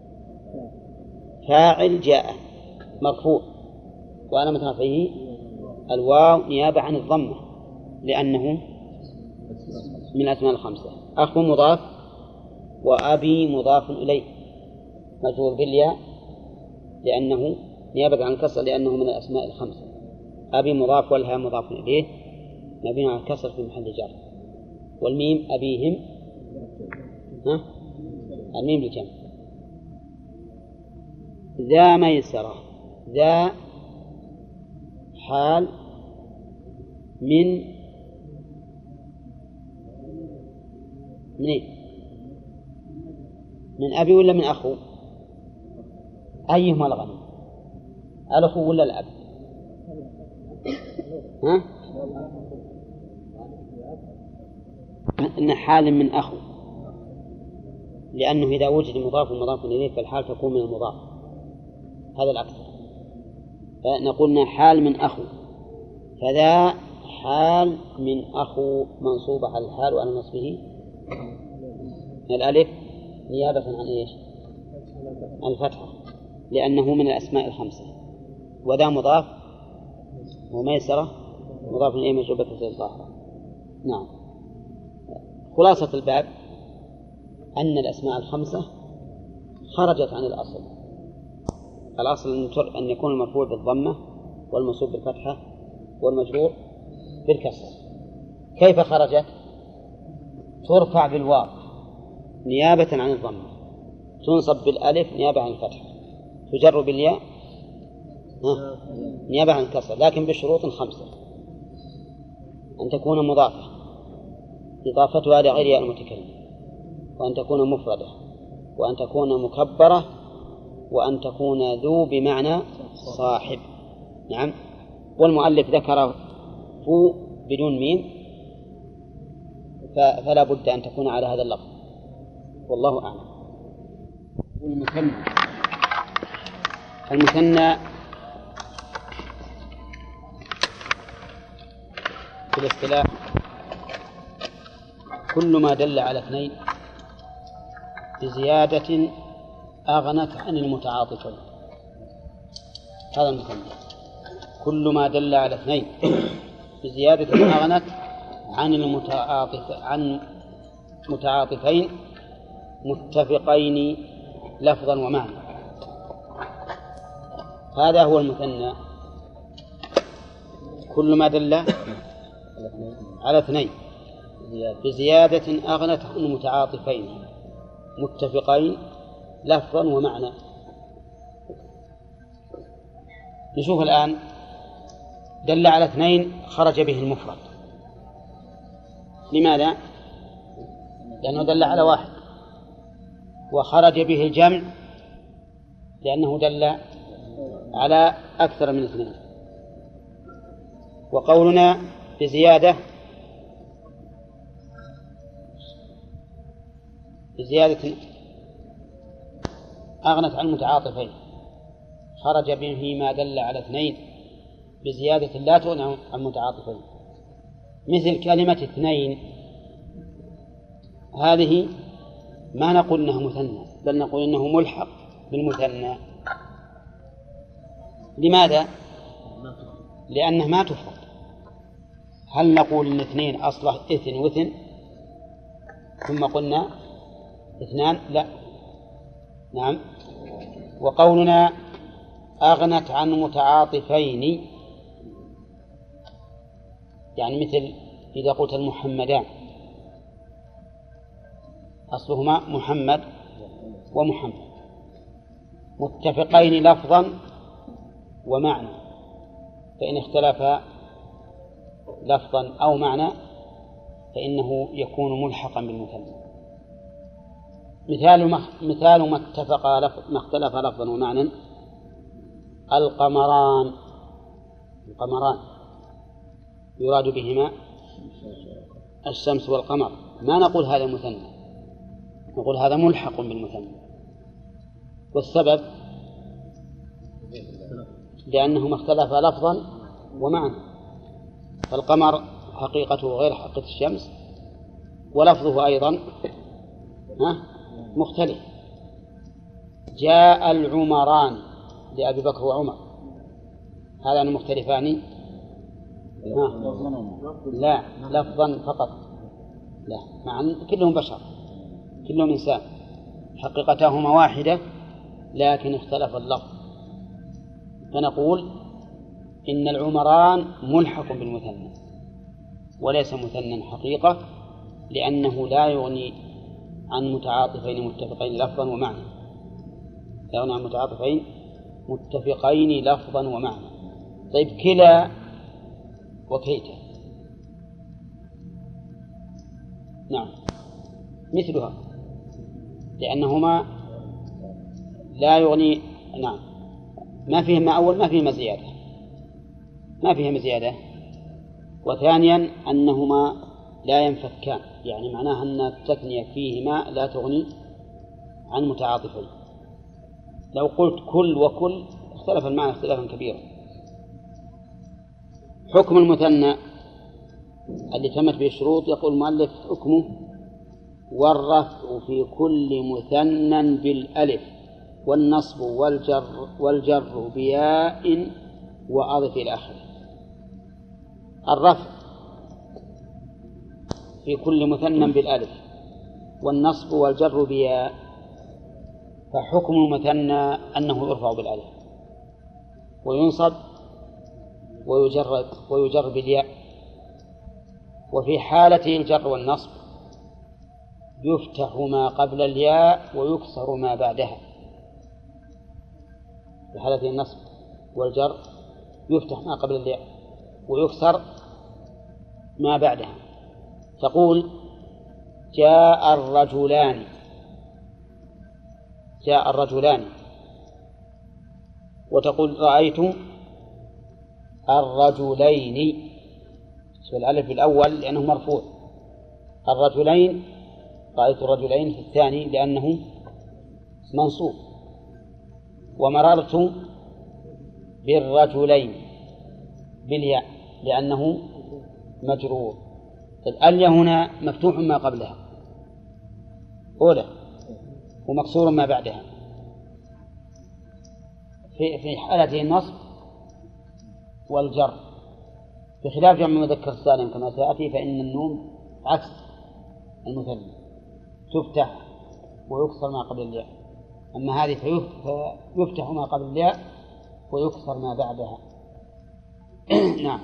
فاعل جاء مرفوع وأنا مترفعه الواو نيابة عن الضمة لأنه من الأسماء الخمسة. أخو مضاف وأبي مضاف إليه مجرور بالياء لأنه نيابة عن الكسر لأنه من الأسماء الخمسة. أبي مضاف والها مضاف إليه مبني على الكسر في محل جر. والميم أبيهم ها الميم بالجمع. ذا ميسرة ذا حال من منين؟ من أبي ولا من أخو؟ أيهما الغني؟ الأخو ولا الأب؟ ها؟ إن حال من أخو، لأنه إذا وجد مضاف ومضاف إليه فالحال تكون من المضاف، هذا الأكثر. فنقولنا حال من أخو، فذا حال من أخو منصوب على الحال وعلى نصبه الألف نيابة عن إيش؟ عن الفتحة، لأنه من الأسماء الخمسة. وذا مضاف وميسرة مضاف إليه مجرور بكسر الظاهرة. نعم. خلاصة الباب أن الأسماء الخمسة خرجت عن الأصل. الأصل أن يكون المرفوع بالضمة والمنصوب بالفتحة والمجرور بالكسر. كيف خرجت؟ ترفع بالواو نيابة عن الضمة، تنصب بالألف نيابة عن الفتحة، تجر بالياء نيابة عن الكسر، لكن بشروط خمسة: أن تكون مضافة إضافتها لغير المتكلم، وأن تكون مفردة، وأن تكون مكبرة، وأن تكون ذو بمعنى صاحب. نعم. والمؤلف ذكر فو بدون ميم، فلا بد أن تكون على هذا اللفظ، والله أعلم. المثنى المثنى في الاصطلاح كل ما دل على اثنين بزيادة أغنت عن المتعاطفين، هذا المثنى. كل ما دل على اثنين بزيادة أغنت عن المتعاطف عن متعاطفين متفقين لفظا ومعنى، هذا هو المثنى. كل ما دل على اثنين بزيادة أغنت عن متعاطفين متفقين لفظا ومعنى. نشوف الآن. دل على اثنين خرج به المفرد. لماذا؟ لأنه دل على واحد. وخرج به الجمع لأنه دل على أكثر من اثنين. وقولنا بزيادة بزيادة أغنت عن المتعاطفين خرج به ما دل على اثنين بزيادة لا تغني عن المتعاطفين، مثل كلمة اثنين، هذه ما نقول إنها مثنى، بل نقول إنه ملحق بالمثنى. لماذا؟ لأنه ما تفرد. هل نقول إن اثنين أصله إثن وثن ثم قلنا اثنان؟ لا. نعم. وقولنا أغنت عن متعاطفين يعني مثل إذا قلت المحمدان أصلهما محمد ومحمد متفقين لفظا ومعنى، فإن اختلفا لفظا أو معنى فإنه يكون ملحقا بالمثنى. مثال ما مثال ما اتفق لفظ ما اختلف لفظا ومعنى: القمران. القمران يراد بهما الشمس والقمر، ما نقول هذا مثنى، نقول هذا ملحق بالمثنى. والسبب لأنهما اختلفا لفظا ومعنى، فالقمر حقيقته غير حقيقة الشمس، ولفظه أيضا مختلف. جاء العمران لأبي بكر وعمر، هذان مختلفان لا لفظا فقط، لا مع كلهم بشر كلهم إنسان، حقيقتهما واحدة لكن اختلف اللفظ. فنقول إن العمران ملحق بالمثنى وليس مثنى حقيقة، لأنه لا يغني عن متعاطفين متفقين لفظا ومعنى، لا يغني عن متعاطفين متفقين لفظا ومعنى. طيب كلا وكيتا نعم مثلها، لأنهما لا يغني نعم ما فيهما أول ما فيهما زيادة ما فيهما زيادة وثانيا أنهما لا ينفكان، يعني معناها أن التثنية فيهما لا تغني عن متعاطفين. لو قلت كل وكل اختلف المعنى اختلافا كبيرا. حكم المثنى اللي تمت به الشروط يقول المؤلف حكمه والرفع في كل مثنى بالألف والنصب والجر والجر بياء وأضف إلى آخره. الرفع في كل مثنى بالألف والنصب والجر بياء، فحكم المثنى أنه يرفع بالألف وينصب ويجر ويجر بالياء، وفي حالته الجر والنصب يفتح ما قبل الياء ويكسر ما بعدها. في حالته النصب والجر يفتح ما قبل الياء ويكسر ما بعدها. تقول جاء الرجلان، جاء الرجلان، وتقول رأيت الرجلين، الألف الأول لأنه مرفوع، الرجلين رأيت الرجلين في الثاني لأنه منصوب، ومررت بالرجلين بالياء لأنه مجرور. الألية هنا مفتوح ما قبلها أولى ومكسور ما بعدها. في في حالته النصب والجر، بخلاف جمع المذكر السالم كما سيأتي فإن النون عكس المثنى تفتح ويكسر ما قبل الياء، أما هذه فيفتح ما قبل الياء ويكسر ما بعدها. نعم.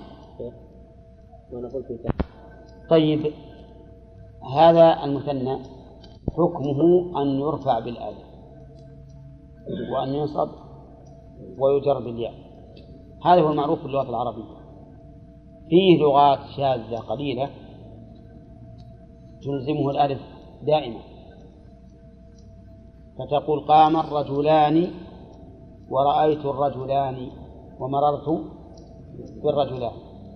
طيب هذا المثنى حكمه أن يرفع بالألف وأن ينصب ويجر بالياء، هذا هو المعروف في اللغة العربية. فيه لغات شاذة قليلة تلزمه الألف دائما، فتقول قام الرجلان ورأيت الرجلان ومررت بالرجلان.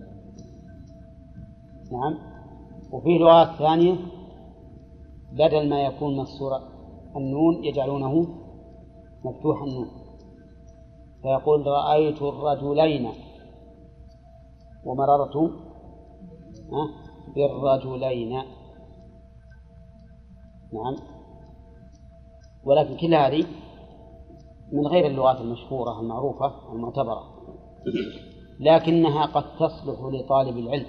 نعم. وفي لغات ثانية بدل ما يكون مكسور النون يجعلونه مفتوح النون، فيقول رأيت الرجلين ومررت بالرجلين. نعم. ولكن كل هذه من غير اللغات المشهورة المعروفة المعتبرة، لكنها قد تصلح لطالب العلم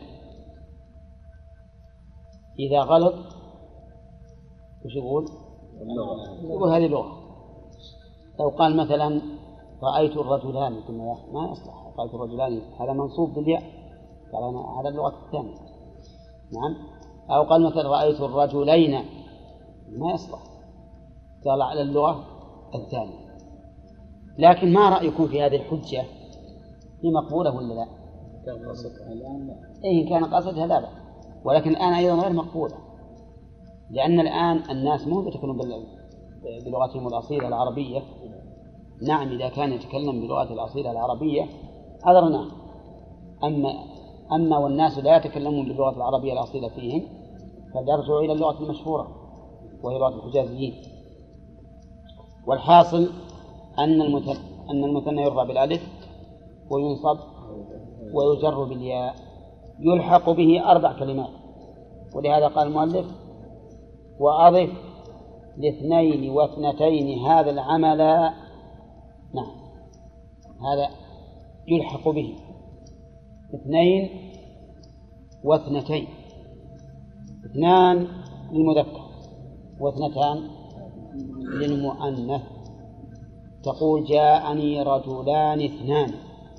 إذا غلط وش يقول؟ يقول هذه لغة. لو قال مثلا رأيت الرجلان قلنا ما يصلح، رأيت الرجلان هذا منصوب بالياء قال هذا اللغة الثانية. نعم. أو قال مثلا رأيت الرجلين ما يصلح، قال على اللغة الثانية. لكن ما رأيكم في هذه الحجة؟ هي مقبولة ولا لا؟ كان قصدها الآن لا. إيه كان قصدها لا بأس، ولكن الآن أيضا غير مقبولة، لأن الآن الناس مو يتكلمون بلغتهم الأصيلة العربية. نعم إذا كان يتكلم بلغته الأصيلة العربية أذرناه، أما أما والناس لا يتكلمون باللغة العربية الأصيلة فيهم فليرجعوا إلى اللغة المشهورة وهي لغة الحجازيين. والحاصل أن المثنى أن المثنى يرفع بالألف وينصب ويجر بالياء، يلحق به أربع كلمات، ولهذا قال المؤلف وأضف لاثنين واثنتين هذا العمل. نعم هذا يلحق به اثنين واثنتين، اثنان للمذكر واثنتان للمؤنث. تقول جاءني رجلان اثنان،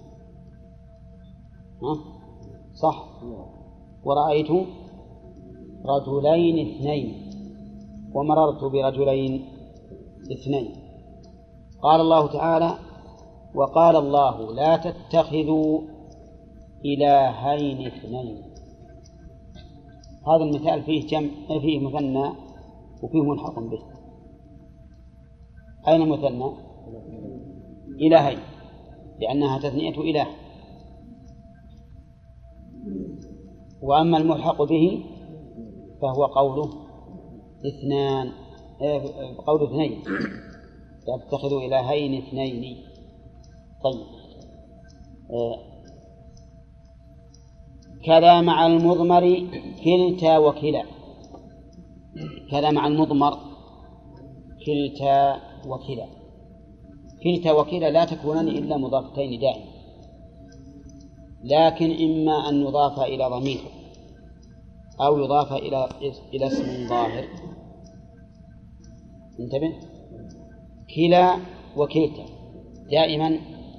ها؟ صح. ورأيت رجلين اثنين ومررت برجلين اثنين. قال الله تعالى: وقال الله لا تتخذوا إلهين اثنين. هذا المثال فيه جمع، فيه مثنى وفيه ملحق به. أين مثنى؟ إلهين، لأنها تثنية إله. وأما الملحق به فهو قوله اثنان، قول اثنين، يتخذوا إلهين اثنين. طيب، كذا مع المضمر كلتا وكلا. كذا مع المضمر كلتا وكلا. كلتا وكلا لا تكونان إلا مضافتين دائما، لكن إما أن يضاف إلى ضمير أو يضاف إلى إلى اسم ظاهر. انتبه، كلا وكلتا دائما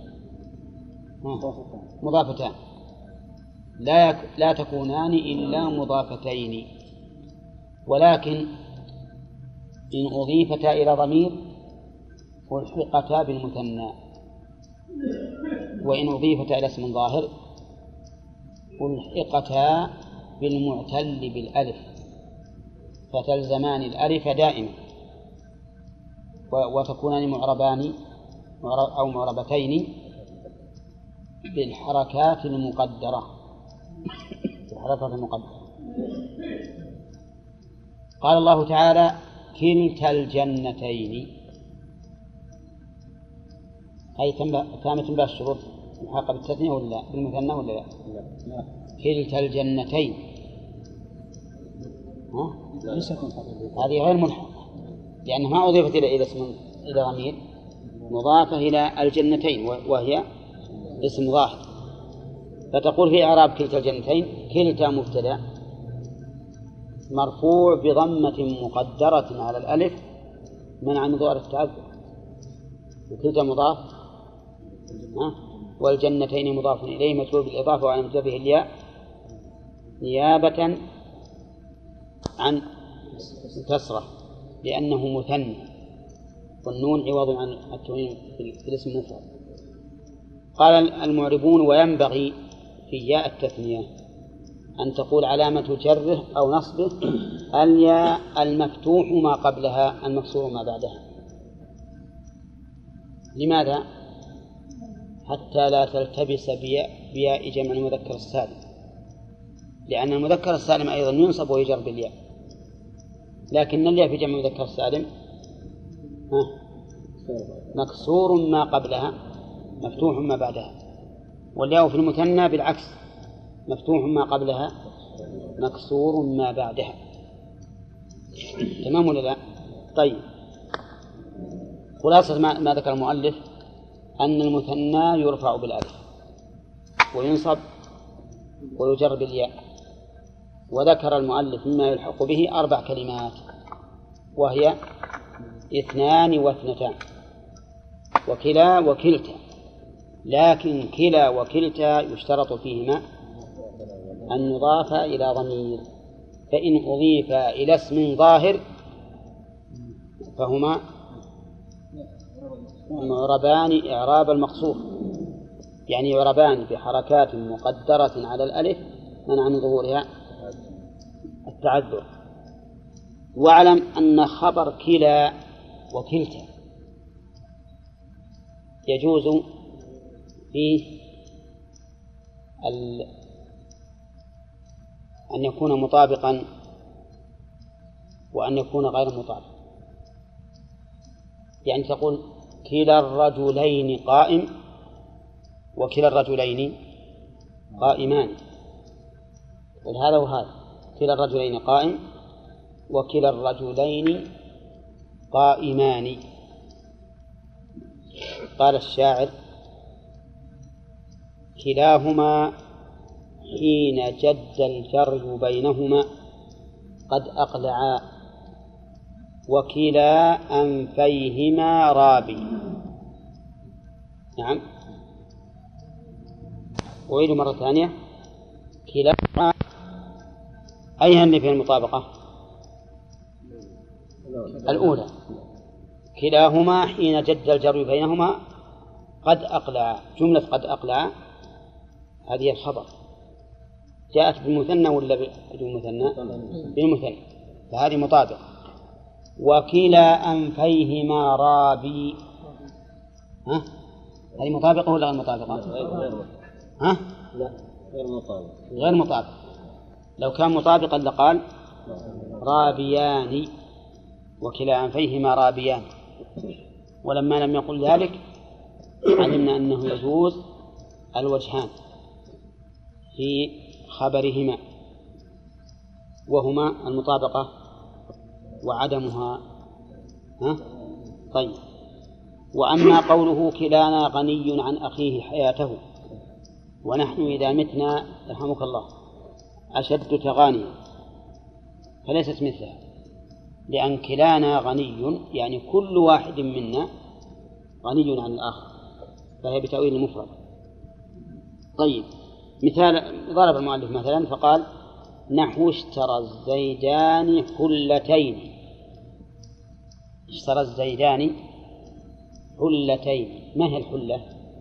مضافتان، لا يك... لا تكونان إلا مضافتين، ولكن إن أضيفتا إلى ضمير ألحقتا بالمثنى، وإن أضيفتا إلى اسم ظاهر ألحقتا بالمعتل بالألف، فتلزمان الألف دائما، وتكونان معربان أو معربتين بالحركات المقدرة. بالحركات المقدرة. قال الله تعالى: كلتا الجنتين، أي تامة بها الشروط محقق بالتثنية ولا بالمثنى ولا لا؟ كلتا الجنتين، ها؟ هذه غير ملحقة، لأنها ما أضيفت إلى اسم إلى ضمير، مضافة إلى الجنتين وهي اسم ظاهر. فتقول في إعراب كلتا الجنتين: كلتا مبتدأ مرفوع بضمة مقدرة على الألف منع من ظهور التعذر، وكلتا مضاف، والجنتين مضاف إليه مجرور بالإضافة وعلى مجره الياء نيابة عن الكسرة لأنه مثنى، والنون عوض عن التنوين في الاسم المفرد. قال المعربون: وينبغي في ياء التثنية أن تقول علامة جره أو نصبه الياء المفتوح ما قبلها المكسور ما بعدها. لماذا؟ حتى لا تلتبس بياء جمع المذكر السالم، لأن المذكر السالم أيضا ينصب ويجر بالياء، لكن الياء في جمع المذكر السالم مكسور ما قبلها مفتوح ما بعدها، والياء في المثنى بالعكس، مفتوح ما قبلها مكسور ما بعدها. تمام ولا لا؟ طيب، خلاصة ما ذكر المؤلف أن المثنى يرفع بالألف وينصب ويجر بالياء. وذكر المؤلف مما يلحق به أربع كلمات، وهي اثنان واثنتان وكلا وكلتا، لكن كلا وكلتا يشترط فيهما أن يضاف إلى ضمير، فإن أضيف إلى اسم ظاهر فهما معربان إعراب المقصور، يعني يعربان بحركات مقدرة على الألف منع من ظهورها التعذر. واعلم أن خبر كلا وكلتا يجوز فيه أن يكون مطابقا وأن يكون غير مطابق. يعني تقول كلا الرجلين قائم وكلا الرجلين قائمان، وهذا وهذا، كلا الرجلين قائم وكلا الرجلين قائمان. قال الشاعر: كلاهما حين جد الجري بينهما قد أقلعا وكلا أنفيهما رابي. نعم. أعيد مرة ثانية. كلاهما أيها اللي فيه المطابقة؟ الأولى. كلاهما حين جد الجر بينهما قد أقلع. جملة قد أقلع هذه الخبر جاءت بالمثنى ولا بالمثنى؟ بالمثنى، فهذه مطابقة. وكلا أنفيهما رابي، ها؟ هذه مطابقة ولا غير مطابقة؟ ها؟ لا غير مطابق. غير مطابق. لو كان مطابقا لقال رابيان، وكلا أنفيهما رابيان، ولما لم يقل ذلك علمنا أنه يجوز الوجهان في خبرهما، وهما المطابقة وعدمها. ها؟ طيب. وأما قوله كلانا غني عن أخيه حياته ونحن إذا متنا رحمك الله أشد تغانيا، فليست مثلها، لأن كلانا غني يعني كل واحد منا غني عن الآخر، فهي بتأويل المفرد. طيب، مثال ضرب المؤلف مثلا فقال نحو اشترى الزيدان حلتين. اشترى الزيدان حلتين. ما هي الحلة؟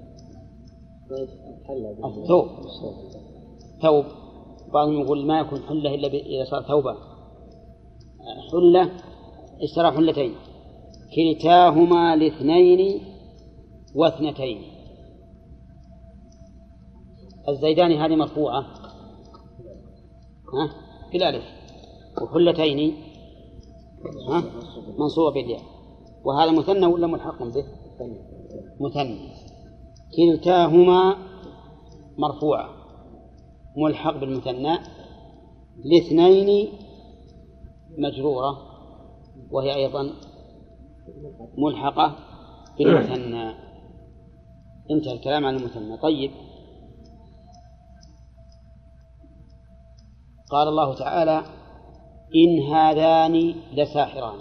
الثوب. ثوب. بعضهم يقول ما يكون حلة إلا إذا صار ثوبا. حلة. اشترى حلتين كلتاهما لاثنين واثنتين. الزيدان هذه مرفوعة ها بالألف، وحلتين ها منصوبة بالياء، وهذا مثنى ولا ملحق به؟ مثنى. كلتاهما مرفوعة ملحق بالمثنى، لاثنين مجرورة وهي أيضا ملحقة بالمثنى. انتهى الكلام عن المثنى. طيب، قال الله تعالى إن هذان لساحران،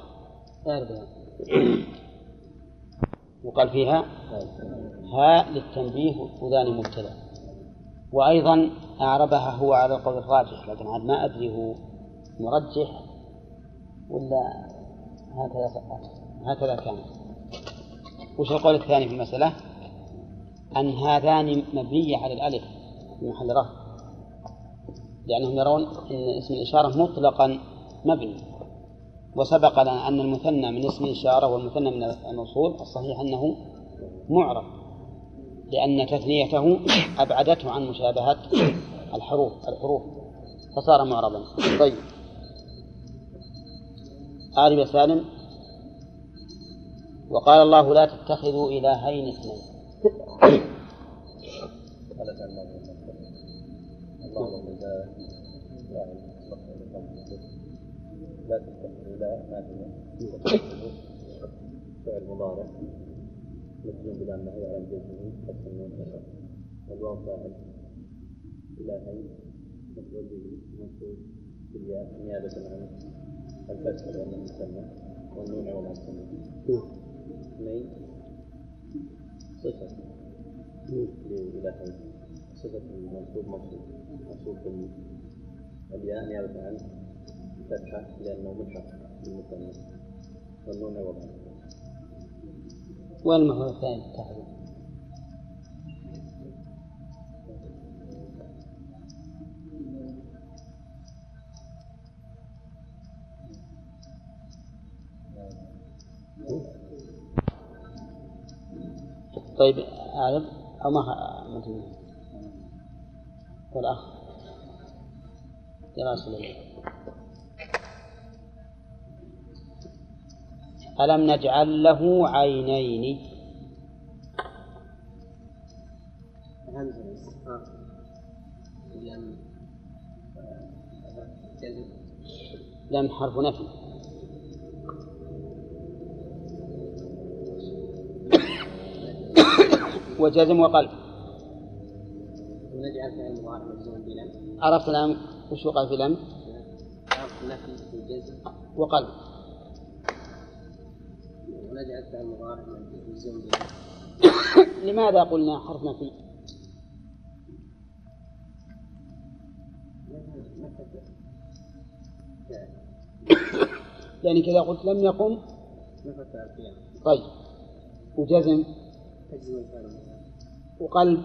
وقال فيها هاء للتنبيه وذان مبتدأ، وأيضا أعربها هو على القول الراجح، لكن عاد ما أدري هو مرجح ولا هكذا هكذا كان. وش القول الثاني في المسألة؟ أن هذان مبنية على الألف في محل رفع، لأنهم يرون أن اسم الإشارة مطلقا مبني، وسبق لنا أن المثنى من اسم الإشارة والمثنى من الموصول الصحيح أنه معرب، لأن تثنيته أبعدته عن مشابهة الحروف الحروف فصار معربا. طيب، أعرف يا سالم. وقال الله لا تتخذوا إلهين اثنين. لا تتخذوا لا فعل مضارع مجزوم بالأنه على الجزم حتى المنتشر، والواو فاعل إلهين مفعول به منصوب بالياء نيابة عن الفتح لأنه مثنى، والنون وما مثنى. اثنين صفة لإلهين، صفة المنصوب منصوب منصوب بالياء نيابة عن الفتحة لأنه ملحق بالمثنى، والنون وما. والمفعول الثاني تحديد. طيب، أعرف أو ما مثلا والأخ دراسة لله. ألم نجعل له عينين؟ لم حرف نفي. وجزم وقلب. ونجعل فعل المضارع مجزوم بلم. عرفت الآن وش وقع في لم؟ حرف نفي وجزم وقلب. ونجعل فعل المضارع مجزوم بلم. لماذا قلنا حرف نفي؟ يعني كذا قلت لم يقم طيب وجزم وقلب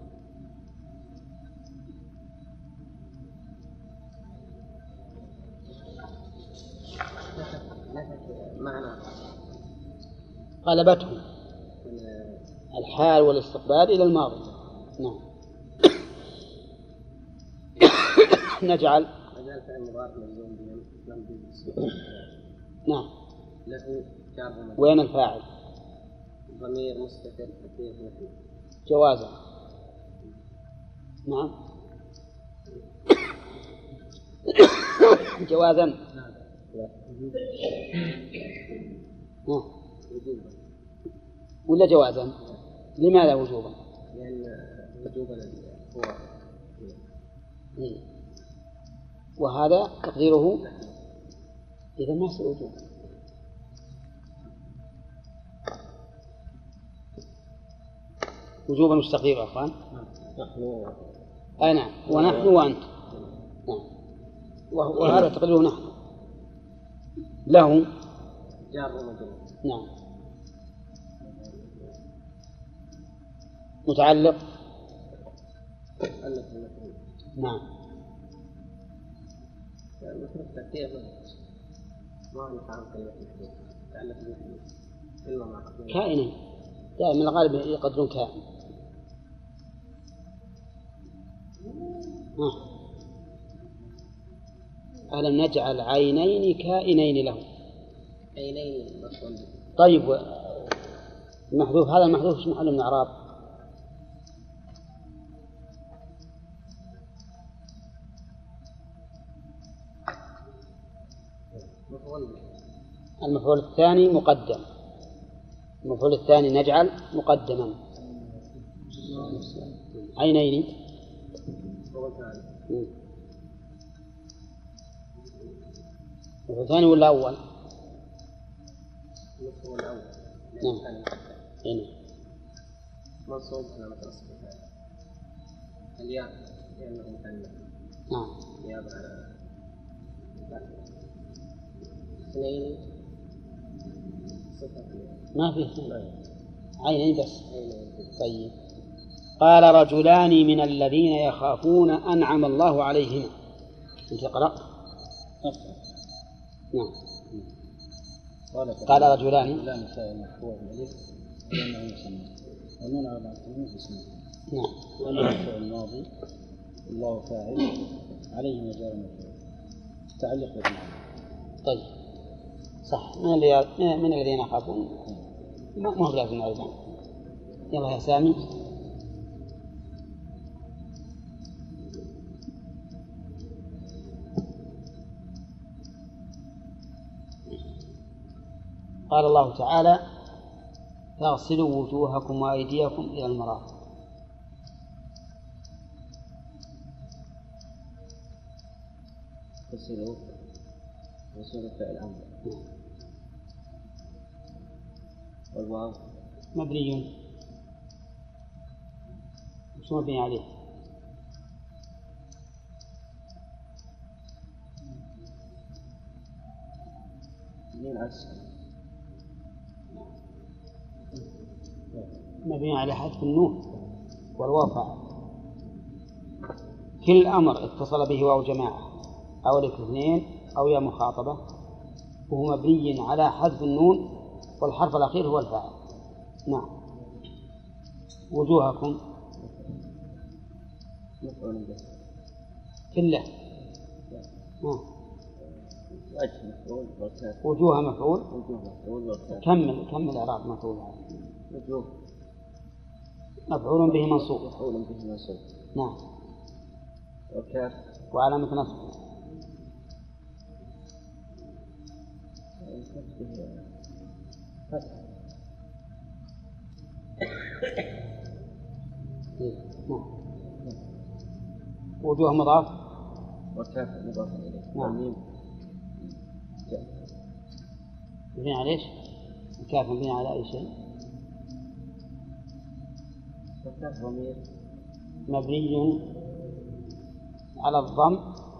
معنى قلبته الحال والاستقبال إلى الماضي. نعم. نجعل نجعل فعل مضارع مجزوم بلم نعم له جار وين الفاعل؟ ضمير مستتر كثير نفي جوازا. نعم جوازا. نعم ولا جوازا؟ لماذا وجوبا؟ لأن وجوبا هو وهذا تقديره إذا ما يصير وجوبا. وجوبا مش تقديره أخوان. نحن أي نعم ونحن وأنت. نعم وهذا تقديره نحن له جار ومجرور. نعم متعلق ألف المفعول. نعم المفعول تأثير ما هو نفعل كلمة المفعول تعلق بالمفعول إلا مع كائنا دائما الغالب يقدرون كائن. آه. ألم نجعل عينين كائنين له عينين مفعول. طيب المحذوف هذا المحذوف ايش محل من الإعراب؟ المفعول الثاني مقدم. المفعول الثاني نجعل مقدما عينين المفعول الثاني ولا أول؟ المفعول الأول. نعم هنا منصوب على مترسم الياء لأنه مثنى. نعم نيابة على اثنين صفة ما في عينين بس. طيب قال رجلان من الذين يخافون أنعم الله عليهم. أنت قرأ؟ نعم قال رجلان لا نساء المحفوظ الألف لأنه مسمى ومن على التنويه اسمه. نعم وأنه الفعل الماضي الله فاعل عليه مجال المفعول تعلق بالمعنى. طيب صح من اللي من الذين يخافون ما هو لازم نعرفه. يلا يا سامي. قال الله تعالى فاغسلوا وجوهكم وأيديكم إلى المرافق. غسلوا غسلوا فعل أمر والواو مبني مش مبني عليه. من أسفل مبني على حذف النون والواو فاعل. كل أمر اتصل به واو جماعة أو الاثنين أو يا مخاطبة وهو مبني على حذف النون والحرف الأخير هو الفاعل. نعم وجوهكم مفعول به كله. نعم وجه مفعول والكاف وجوه مفعول. وجوه مفعول والكاف كمل كمل إعراب مفعول. وجوه مفعول به منصوب. مفعول به منصوب. نعم والكاف وعلامة نصب فتح. نعم وجوه مضاف والكاف مضاف إليه. نعم والميم مبني على ايش؟ الكاف مبني على اي شيء؟ ضمير مبني على الضم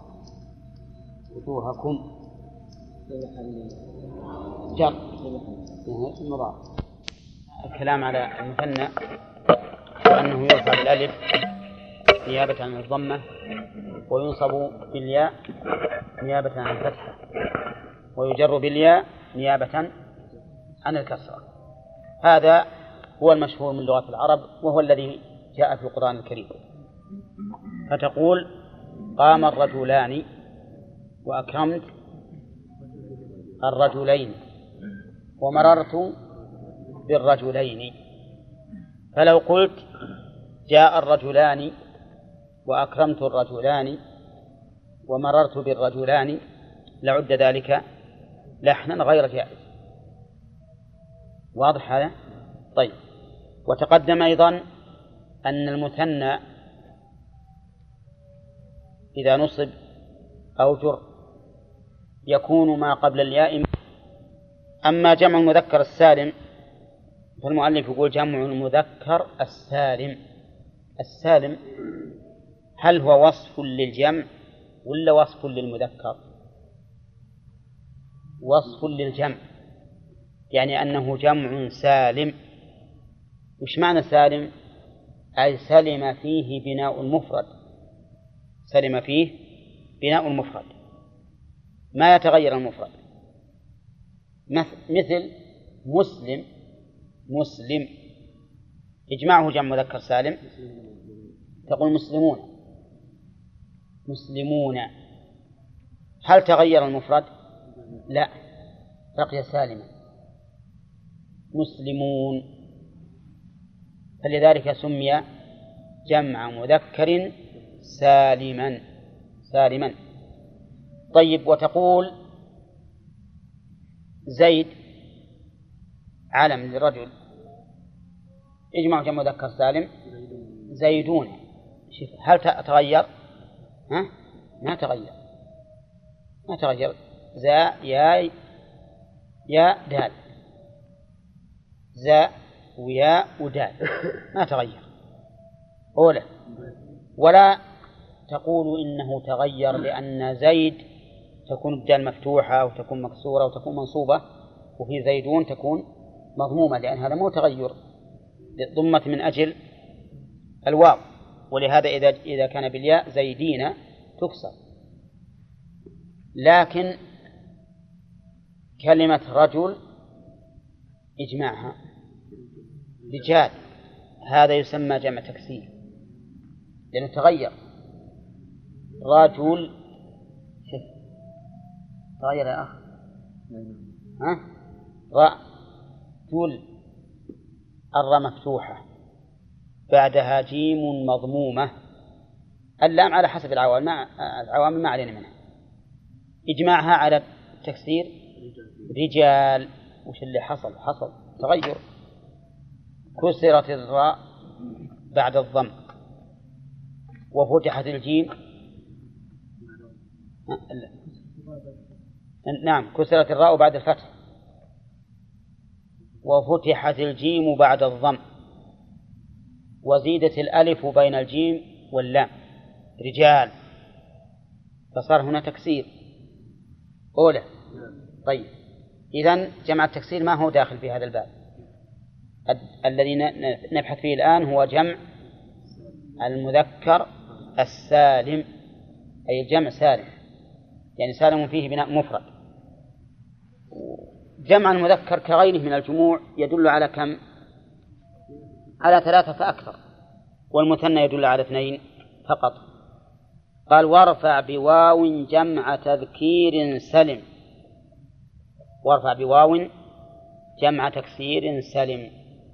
وجوهكم في محل جر في محل مضاف. الكلام على المثنى وأنه يرفع بالألف نيابة عن الضمة وينصب بالياء نيابة عن الفتحة ويجر بالياء نيابة عن الكسرة. هذا هو المشهور من لغة العرب وهو الذي جاء في القرآن الكريم. فتقول قام الرجلان وأكرمت الرجلين ومررت بالرجلين. فلو قلت جاء الرجلان وأكرمت الرجلان ومررت بالرجلان لعد ذلك لحنا غير جائز. واضح هذا؟ طيب. وتقدم أيضا أن المثنى إذا نصب أو جر يكون ما قبل الياء. أما جمع المذكر السالم فالمؤلف يقول جمع المذكر السالم. السالم هل هو وصف للجمع ولا وصف للمذكر؟ وصف للجمع، يعني أنه جمع سالم. وش معنى سالم؟ أي سلم فيه بناء المفرد، سلم فيه بناء المفرد ما يتغير المفرد. مثل مسلم، مسلم إجماعه جمع مذكر سالم تقول مسلمون، مسلمون. هل تغير المفرد؟ لا، بقي سالما، مسلمون. فلذلك سمي جمع مذكر سالما سالما. طيب. وتقول زيد علم للرجل اجمع جمع مذكر سالم زيدون. هل تغير؟ ها؟ ما تغير، ما تغير. زا يا يا دال، زا ويا ودال ما تغير. أولى. ولا تقول إنه تغير لأن زيد تكون الدال مفتوحة وتكون مكسورة وتكون منصوبة، وفي زيدون تكون مضمومة، لأن هذا مو تغير، ضمت من أجل الواو. ولهذا إذا إذا كان بالياء زيدين تكسر. لكن كلمة رجل إجماعها رجال، هذا يسمى جمع تكسير لأنه تغير. رجل تغير يا أخ، ها؟ رجل الراء مفتوحة بعدها جيم مضمومة، اللام على حسب العوامل، العوامل ما علينا منها. إجماعها على التكسير رجال. وش اللي حصل؟ حصل تغير، كسرت الراء بعد الضم وفتحت الجيم. نعم، كسرت الراء بعد الفتح وفتحت الجيم بعد الضم وزيدت الألف بين الجيم واللام رجال، فصار هنا تكسير. أولى. طيب. إذن جمع التكسير ما هو داخل في هذا الباب. الذي نبحث فيه الآن هو جمع المذكر السالم، أي الجمع سالم، يعني سالم فيه بناء مفرد. جمع المذكر كغيره من الجموع يدل على كم؟ على ثلاثة فأكثر، والمثنى يدل على اثنين فقط. قال وارفع بواو جمع تذكير سلم. وارفع بواو جمع تكسير سلم.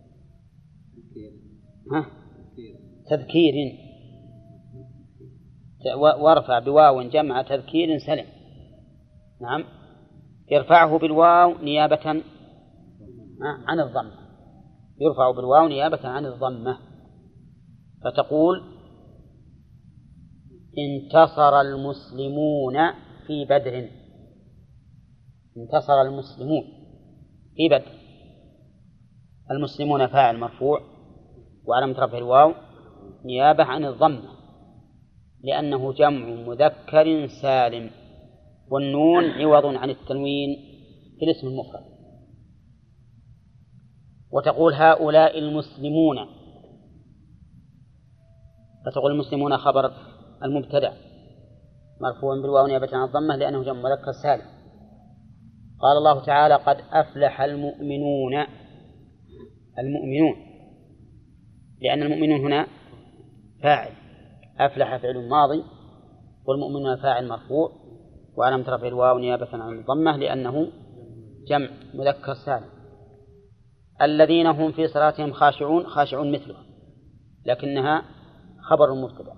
ها؟ تذكير. وارفع بواو جمع تذكير سلم. نعم، يرفعه بالواو نيابة عن الضمة، يرفع بالواو نيابة عن الضمة. فتقول انتصر المسلمون في بدر. انتصر المسلمون في بدر. المسلمون فاعل مرفوع وعلامة رفع الواو نيابة عن الضمة لأنه جمع مذكر سالم، والنون عوض عن التنوين في الاسم المفرد. وتقول هؤلاء المسلمون، فتقول المسلمون خبر المبتدأ مرفوع بالواو نيابة عن الضمة لأنه جمع مذكر سالم. قال الله تعالى قد أفلح المؤمنون، المؤمنون لأن المؤمنون هنا فاعل، أفلح فعل ماضي والمؤمنون فاعل مرفوع وعلامة رفع الواو نيابة عن الضمة لأنه جمع مذكر سالم. الذين هم في صلاتهم خاشعون، خاشعون مثله لكنها خبر المبتدأ.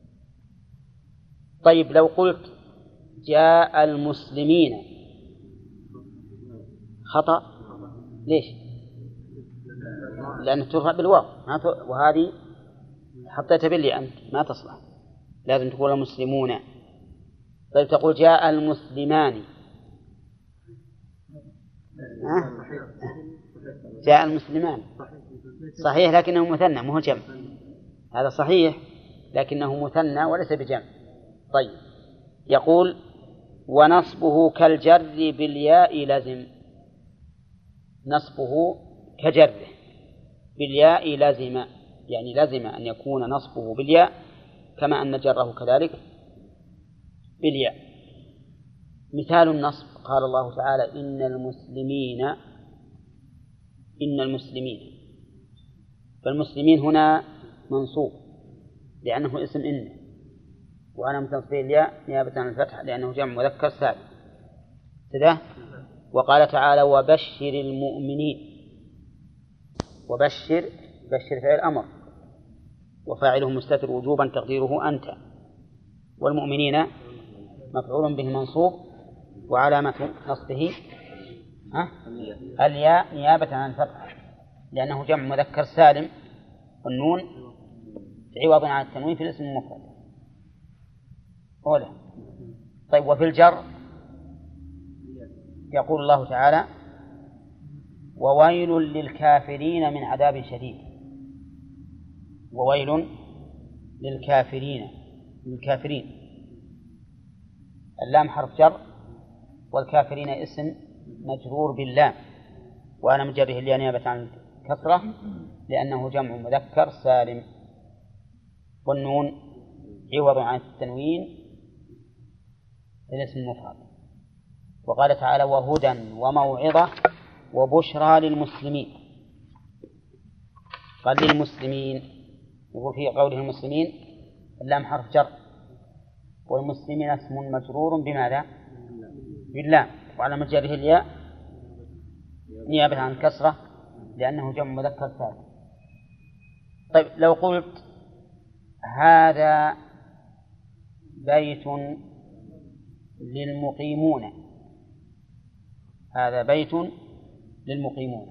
طيب لو قلت جاء المسلمين خطأ، ليش؟ لأنه ترفع بالواو وهذه حطيتها باللي أنت ما تصلح، لازم تقول المسلمون. طيب تقول جاء المسلمان، جاء المسلمان صحيح لكنه مثنى مو جمع، هذا صحيح لكنه مثنى وليس بجمع. طيب يقول ونصبه كالجر بالياء لازم، نصبه كجره بالياء لازم، يعني لازم أن يكون نصبه بالياء كما أن جره كذلك بالياء. مثال النصب قال الله تعالى إن المسلمين، إن المسلمين، فالمسلمين هنا منصوب لأنه اسم إن وعلامة نصبه الياء نيابة عن الفتح لأنه جمع مذكر سالم كذا. وقال تعالى وبشر المؤمنين، وبشر بشر فعل أمر وفاعله مستتر وجوبا تقديره أنت، والمؤمنين مفعول به منصوب وعلامة نصبه الياء نيابة عن الفتح لأنه جمع مذكر سالم والنون عوض عن التنوين في الاسم المفرد. أولا. طيب وفي الجر يقول الله تعالى وويل للكافرين من عذاب شديد، وويل للكافرين، للكافرين اللام حرف جر والكافرين اسم مجرور باللام وأنا مجره الياء نيابة عن الكسرة لأنه جمع مذكر سالم والنون عوض عن التنوين الاسم المفرد. وقال تعالى وهدى وموعظة وبشرى للمسلمين، قال للمسلمين وفي قوله المسلمين اللام حرف جر والمسلمين اسم مجرور بماذا؟ باللام وعلى مجره الياء نيابة عن الكسرة لأنه جمع مذكر سالم. طيب لو قلت هذا بيت للمقيمون، هذا بيت للمقيمون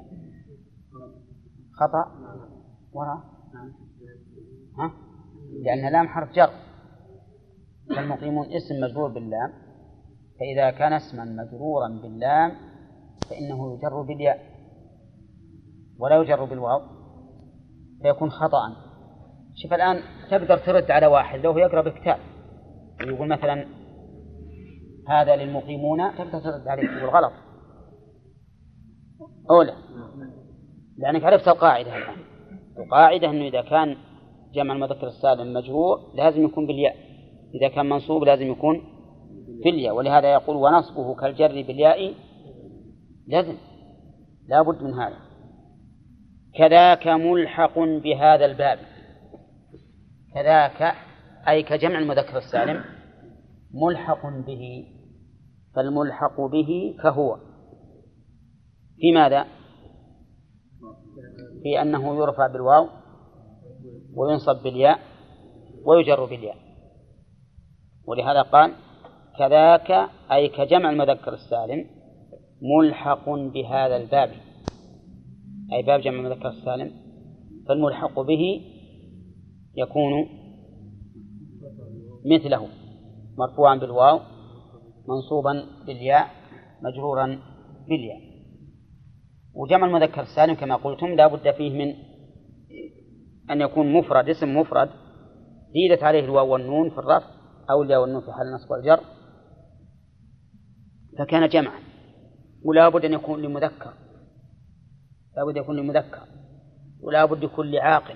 خطأ وراء ها؟ لأن لام حرف جر فالمقيمون اسم مجرور باللام، فإذا كان اسما مجرورا باللام فإنه يجر بالياء ولا يجر بالواو فيكون خطأ. شوف الآن تقدر ترد على واحد لو هو يقرأ بالكتاب يقول مثلا هذا للمقيمون، تقدر ترد عليه تقول غلط أولا لأنك عرفت القاعدة الآن. القاعدة أنه إذا كان جمع المذكر السالم مجرور لازم يكون بالياء، إذا كان منصوب لازم يكون بالياء، ولهذا يقول ونصبه كالجر بالياء لازم لا بد من هذا. كذاك ملحق بهذا الباب، كذاك أي كجمع المذكر السالم ملحق به، فالملحق به كهو في ماذا؟ في أنه يرفع بالواو وينصب بالياء ويجر بالياء، ولهذا قال كذاك أي كجمع المذكر السالم ملحق بهذا الباب، أي باب جمع المذكر السالم، فالملحق به يكون مثله مرفوعا بالواو منصوبا بالياء مجرورا بالياء. وجمع المذكر السالم كما قلتم لا بد فيه من أن يكون مفرد اسم مفرد زيدت عليه الواو والنون في الرفع أو الياء والنون في حال النصب والجر فكان جمعا. ولا بد أن يكون لمذكر، لا بد يكون لمذكر، ولا بد يكون لعاقل،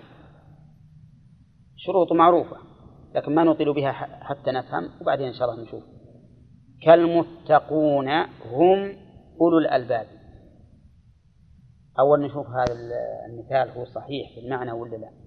شروط معروفة لكن ما نطيل بها حتى نفهم وبعدين إن شاء الله نشوف. كالمتقون هم أولو الألباب. أول نشوف هذا المثال هو صحيح في المعنى ولا لا؟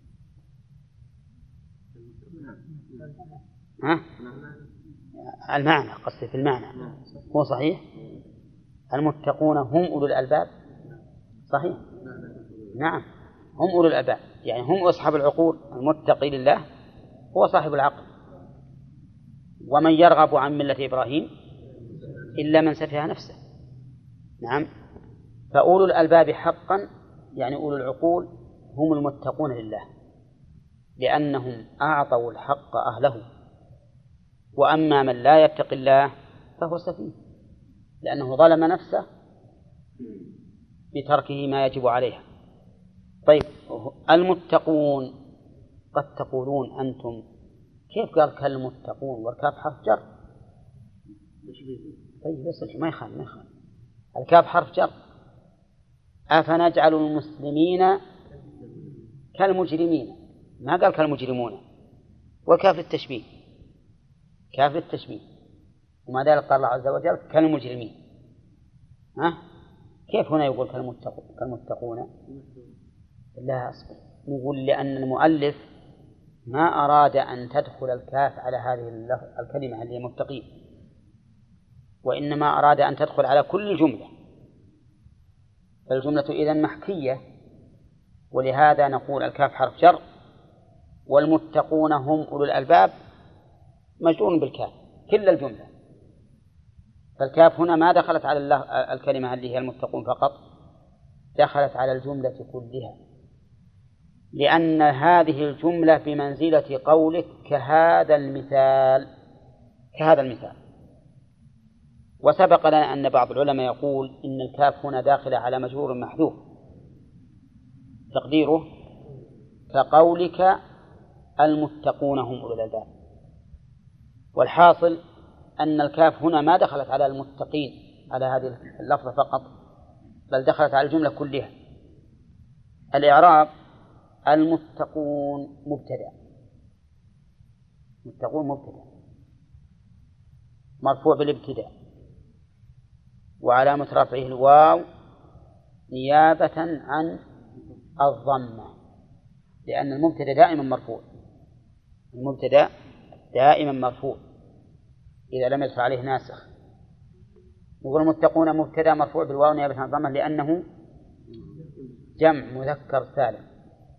ها؟ المعنى قصدي في المعنى هو صحيح. المتقون هم أولو الألباب صحيح. نعم هم أولو الألباب يعني هم أصحاب العقول. المتقي لله هو صاحب العقل. ومن يرغب عن ملة إبراهيم إلا من سفه نفسه. نعم. فأولو الألباب حقا يعني أولو العقول هم المتقون لله لأنهم أعطوا الحق أهله. وأما من لا يتق الله فهو سفيه لأنه ظلم نفسه بتركه ما يجب عليها. طيب المتقون قد تقولون أنتم كيف قال كالمتقون والكاف حرف جر؟ طيب بس ما يخال ما يخال الكاف حرف جر. أفنجعل المسلمين كالمجرمين ما قال كالمجرمون. والكاف للتشبيه كاف للتشبيه وما ذلك قال الله عز وجل كالمجرمين. ها كيف هنا يقول كالمتقون كالمتقون؟ لا أصبر نقول لأن المؤلف ما أراد أن تدخل الكاف على هذه الكلمة اللي هي متقين وإنما أراد أن تدخل على كل جملة. فالجملة إذن محكية ولهذا نقول الكاف حرف جر والمتقون هم أولو الألباب مجرور بالكاف كل الجملة. فالكاف هنا ما دخلت على الله الكلمة اللي هي المتقون فقط دخلت على الجملة كلها لأن هذه الجملة بمنزلة قولك كهذا المثال كهذا المثال. وسبق لنا أن بعض العلماء يقول إن الكاف هنا داخلة على مجرور محذوف تقديره كقولك المتقون هم أولو الألباب. والحاصل أن الكاف هنا ما دخلت على المتقين على هذه اللفظة فقط بل دخلت على الجملة كلها. الإعراب المتقون مبتدأ متقون مبتدأ مرفوع بالابتداء وعلامة رفعه الواو نيابة عن الضمة لأن المبتدأ دائما مرفوع. المبتدأ دائما مرفوع إذا لم يدخل عليه ناسخ. نقول المتقون مبتدأ مرفوع بالواو نيابة عن الضمة لأنه جمع مذكر سالم.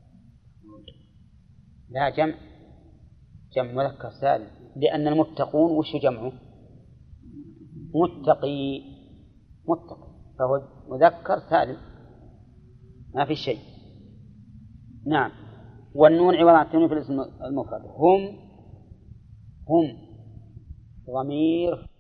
لا جمع جمع مذكر سالم لأن المتقون وش جمعه؟ متقي متقي فهو مذكر سالم ما في شيء. نعم. والنون عوض عن التنوين في الاسم المفرد. هم هم ضمير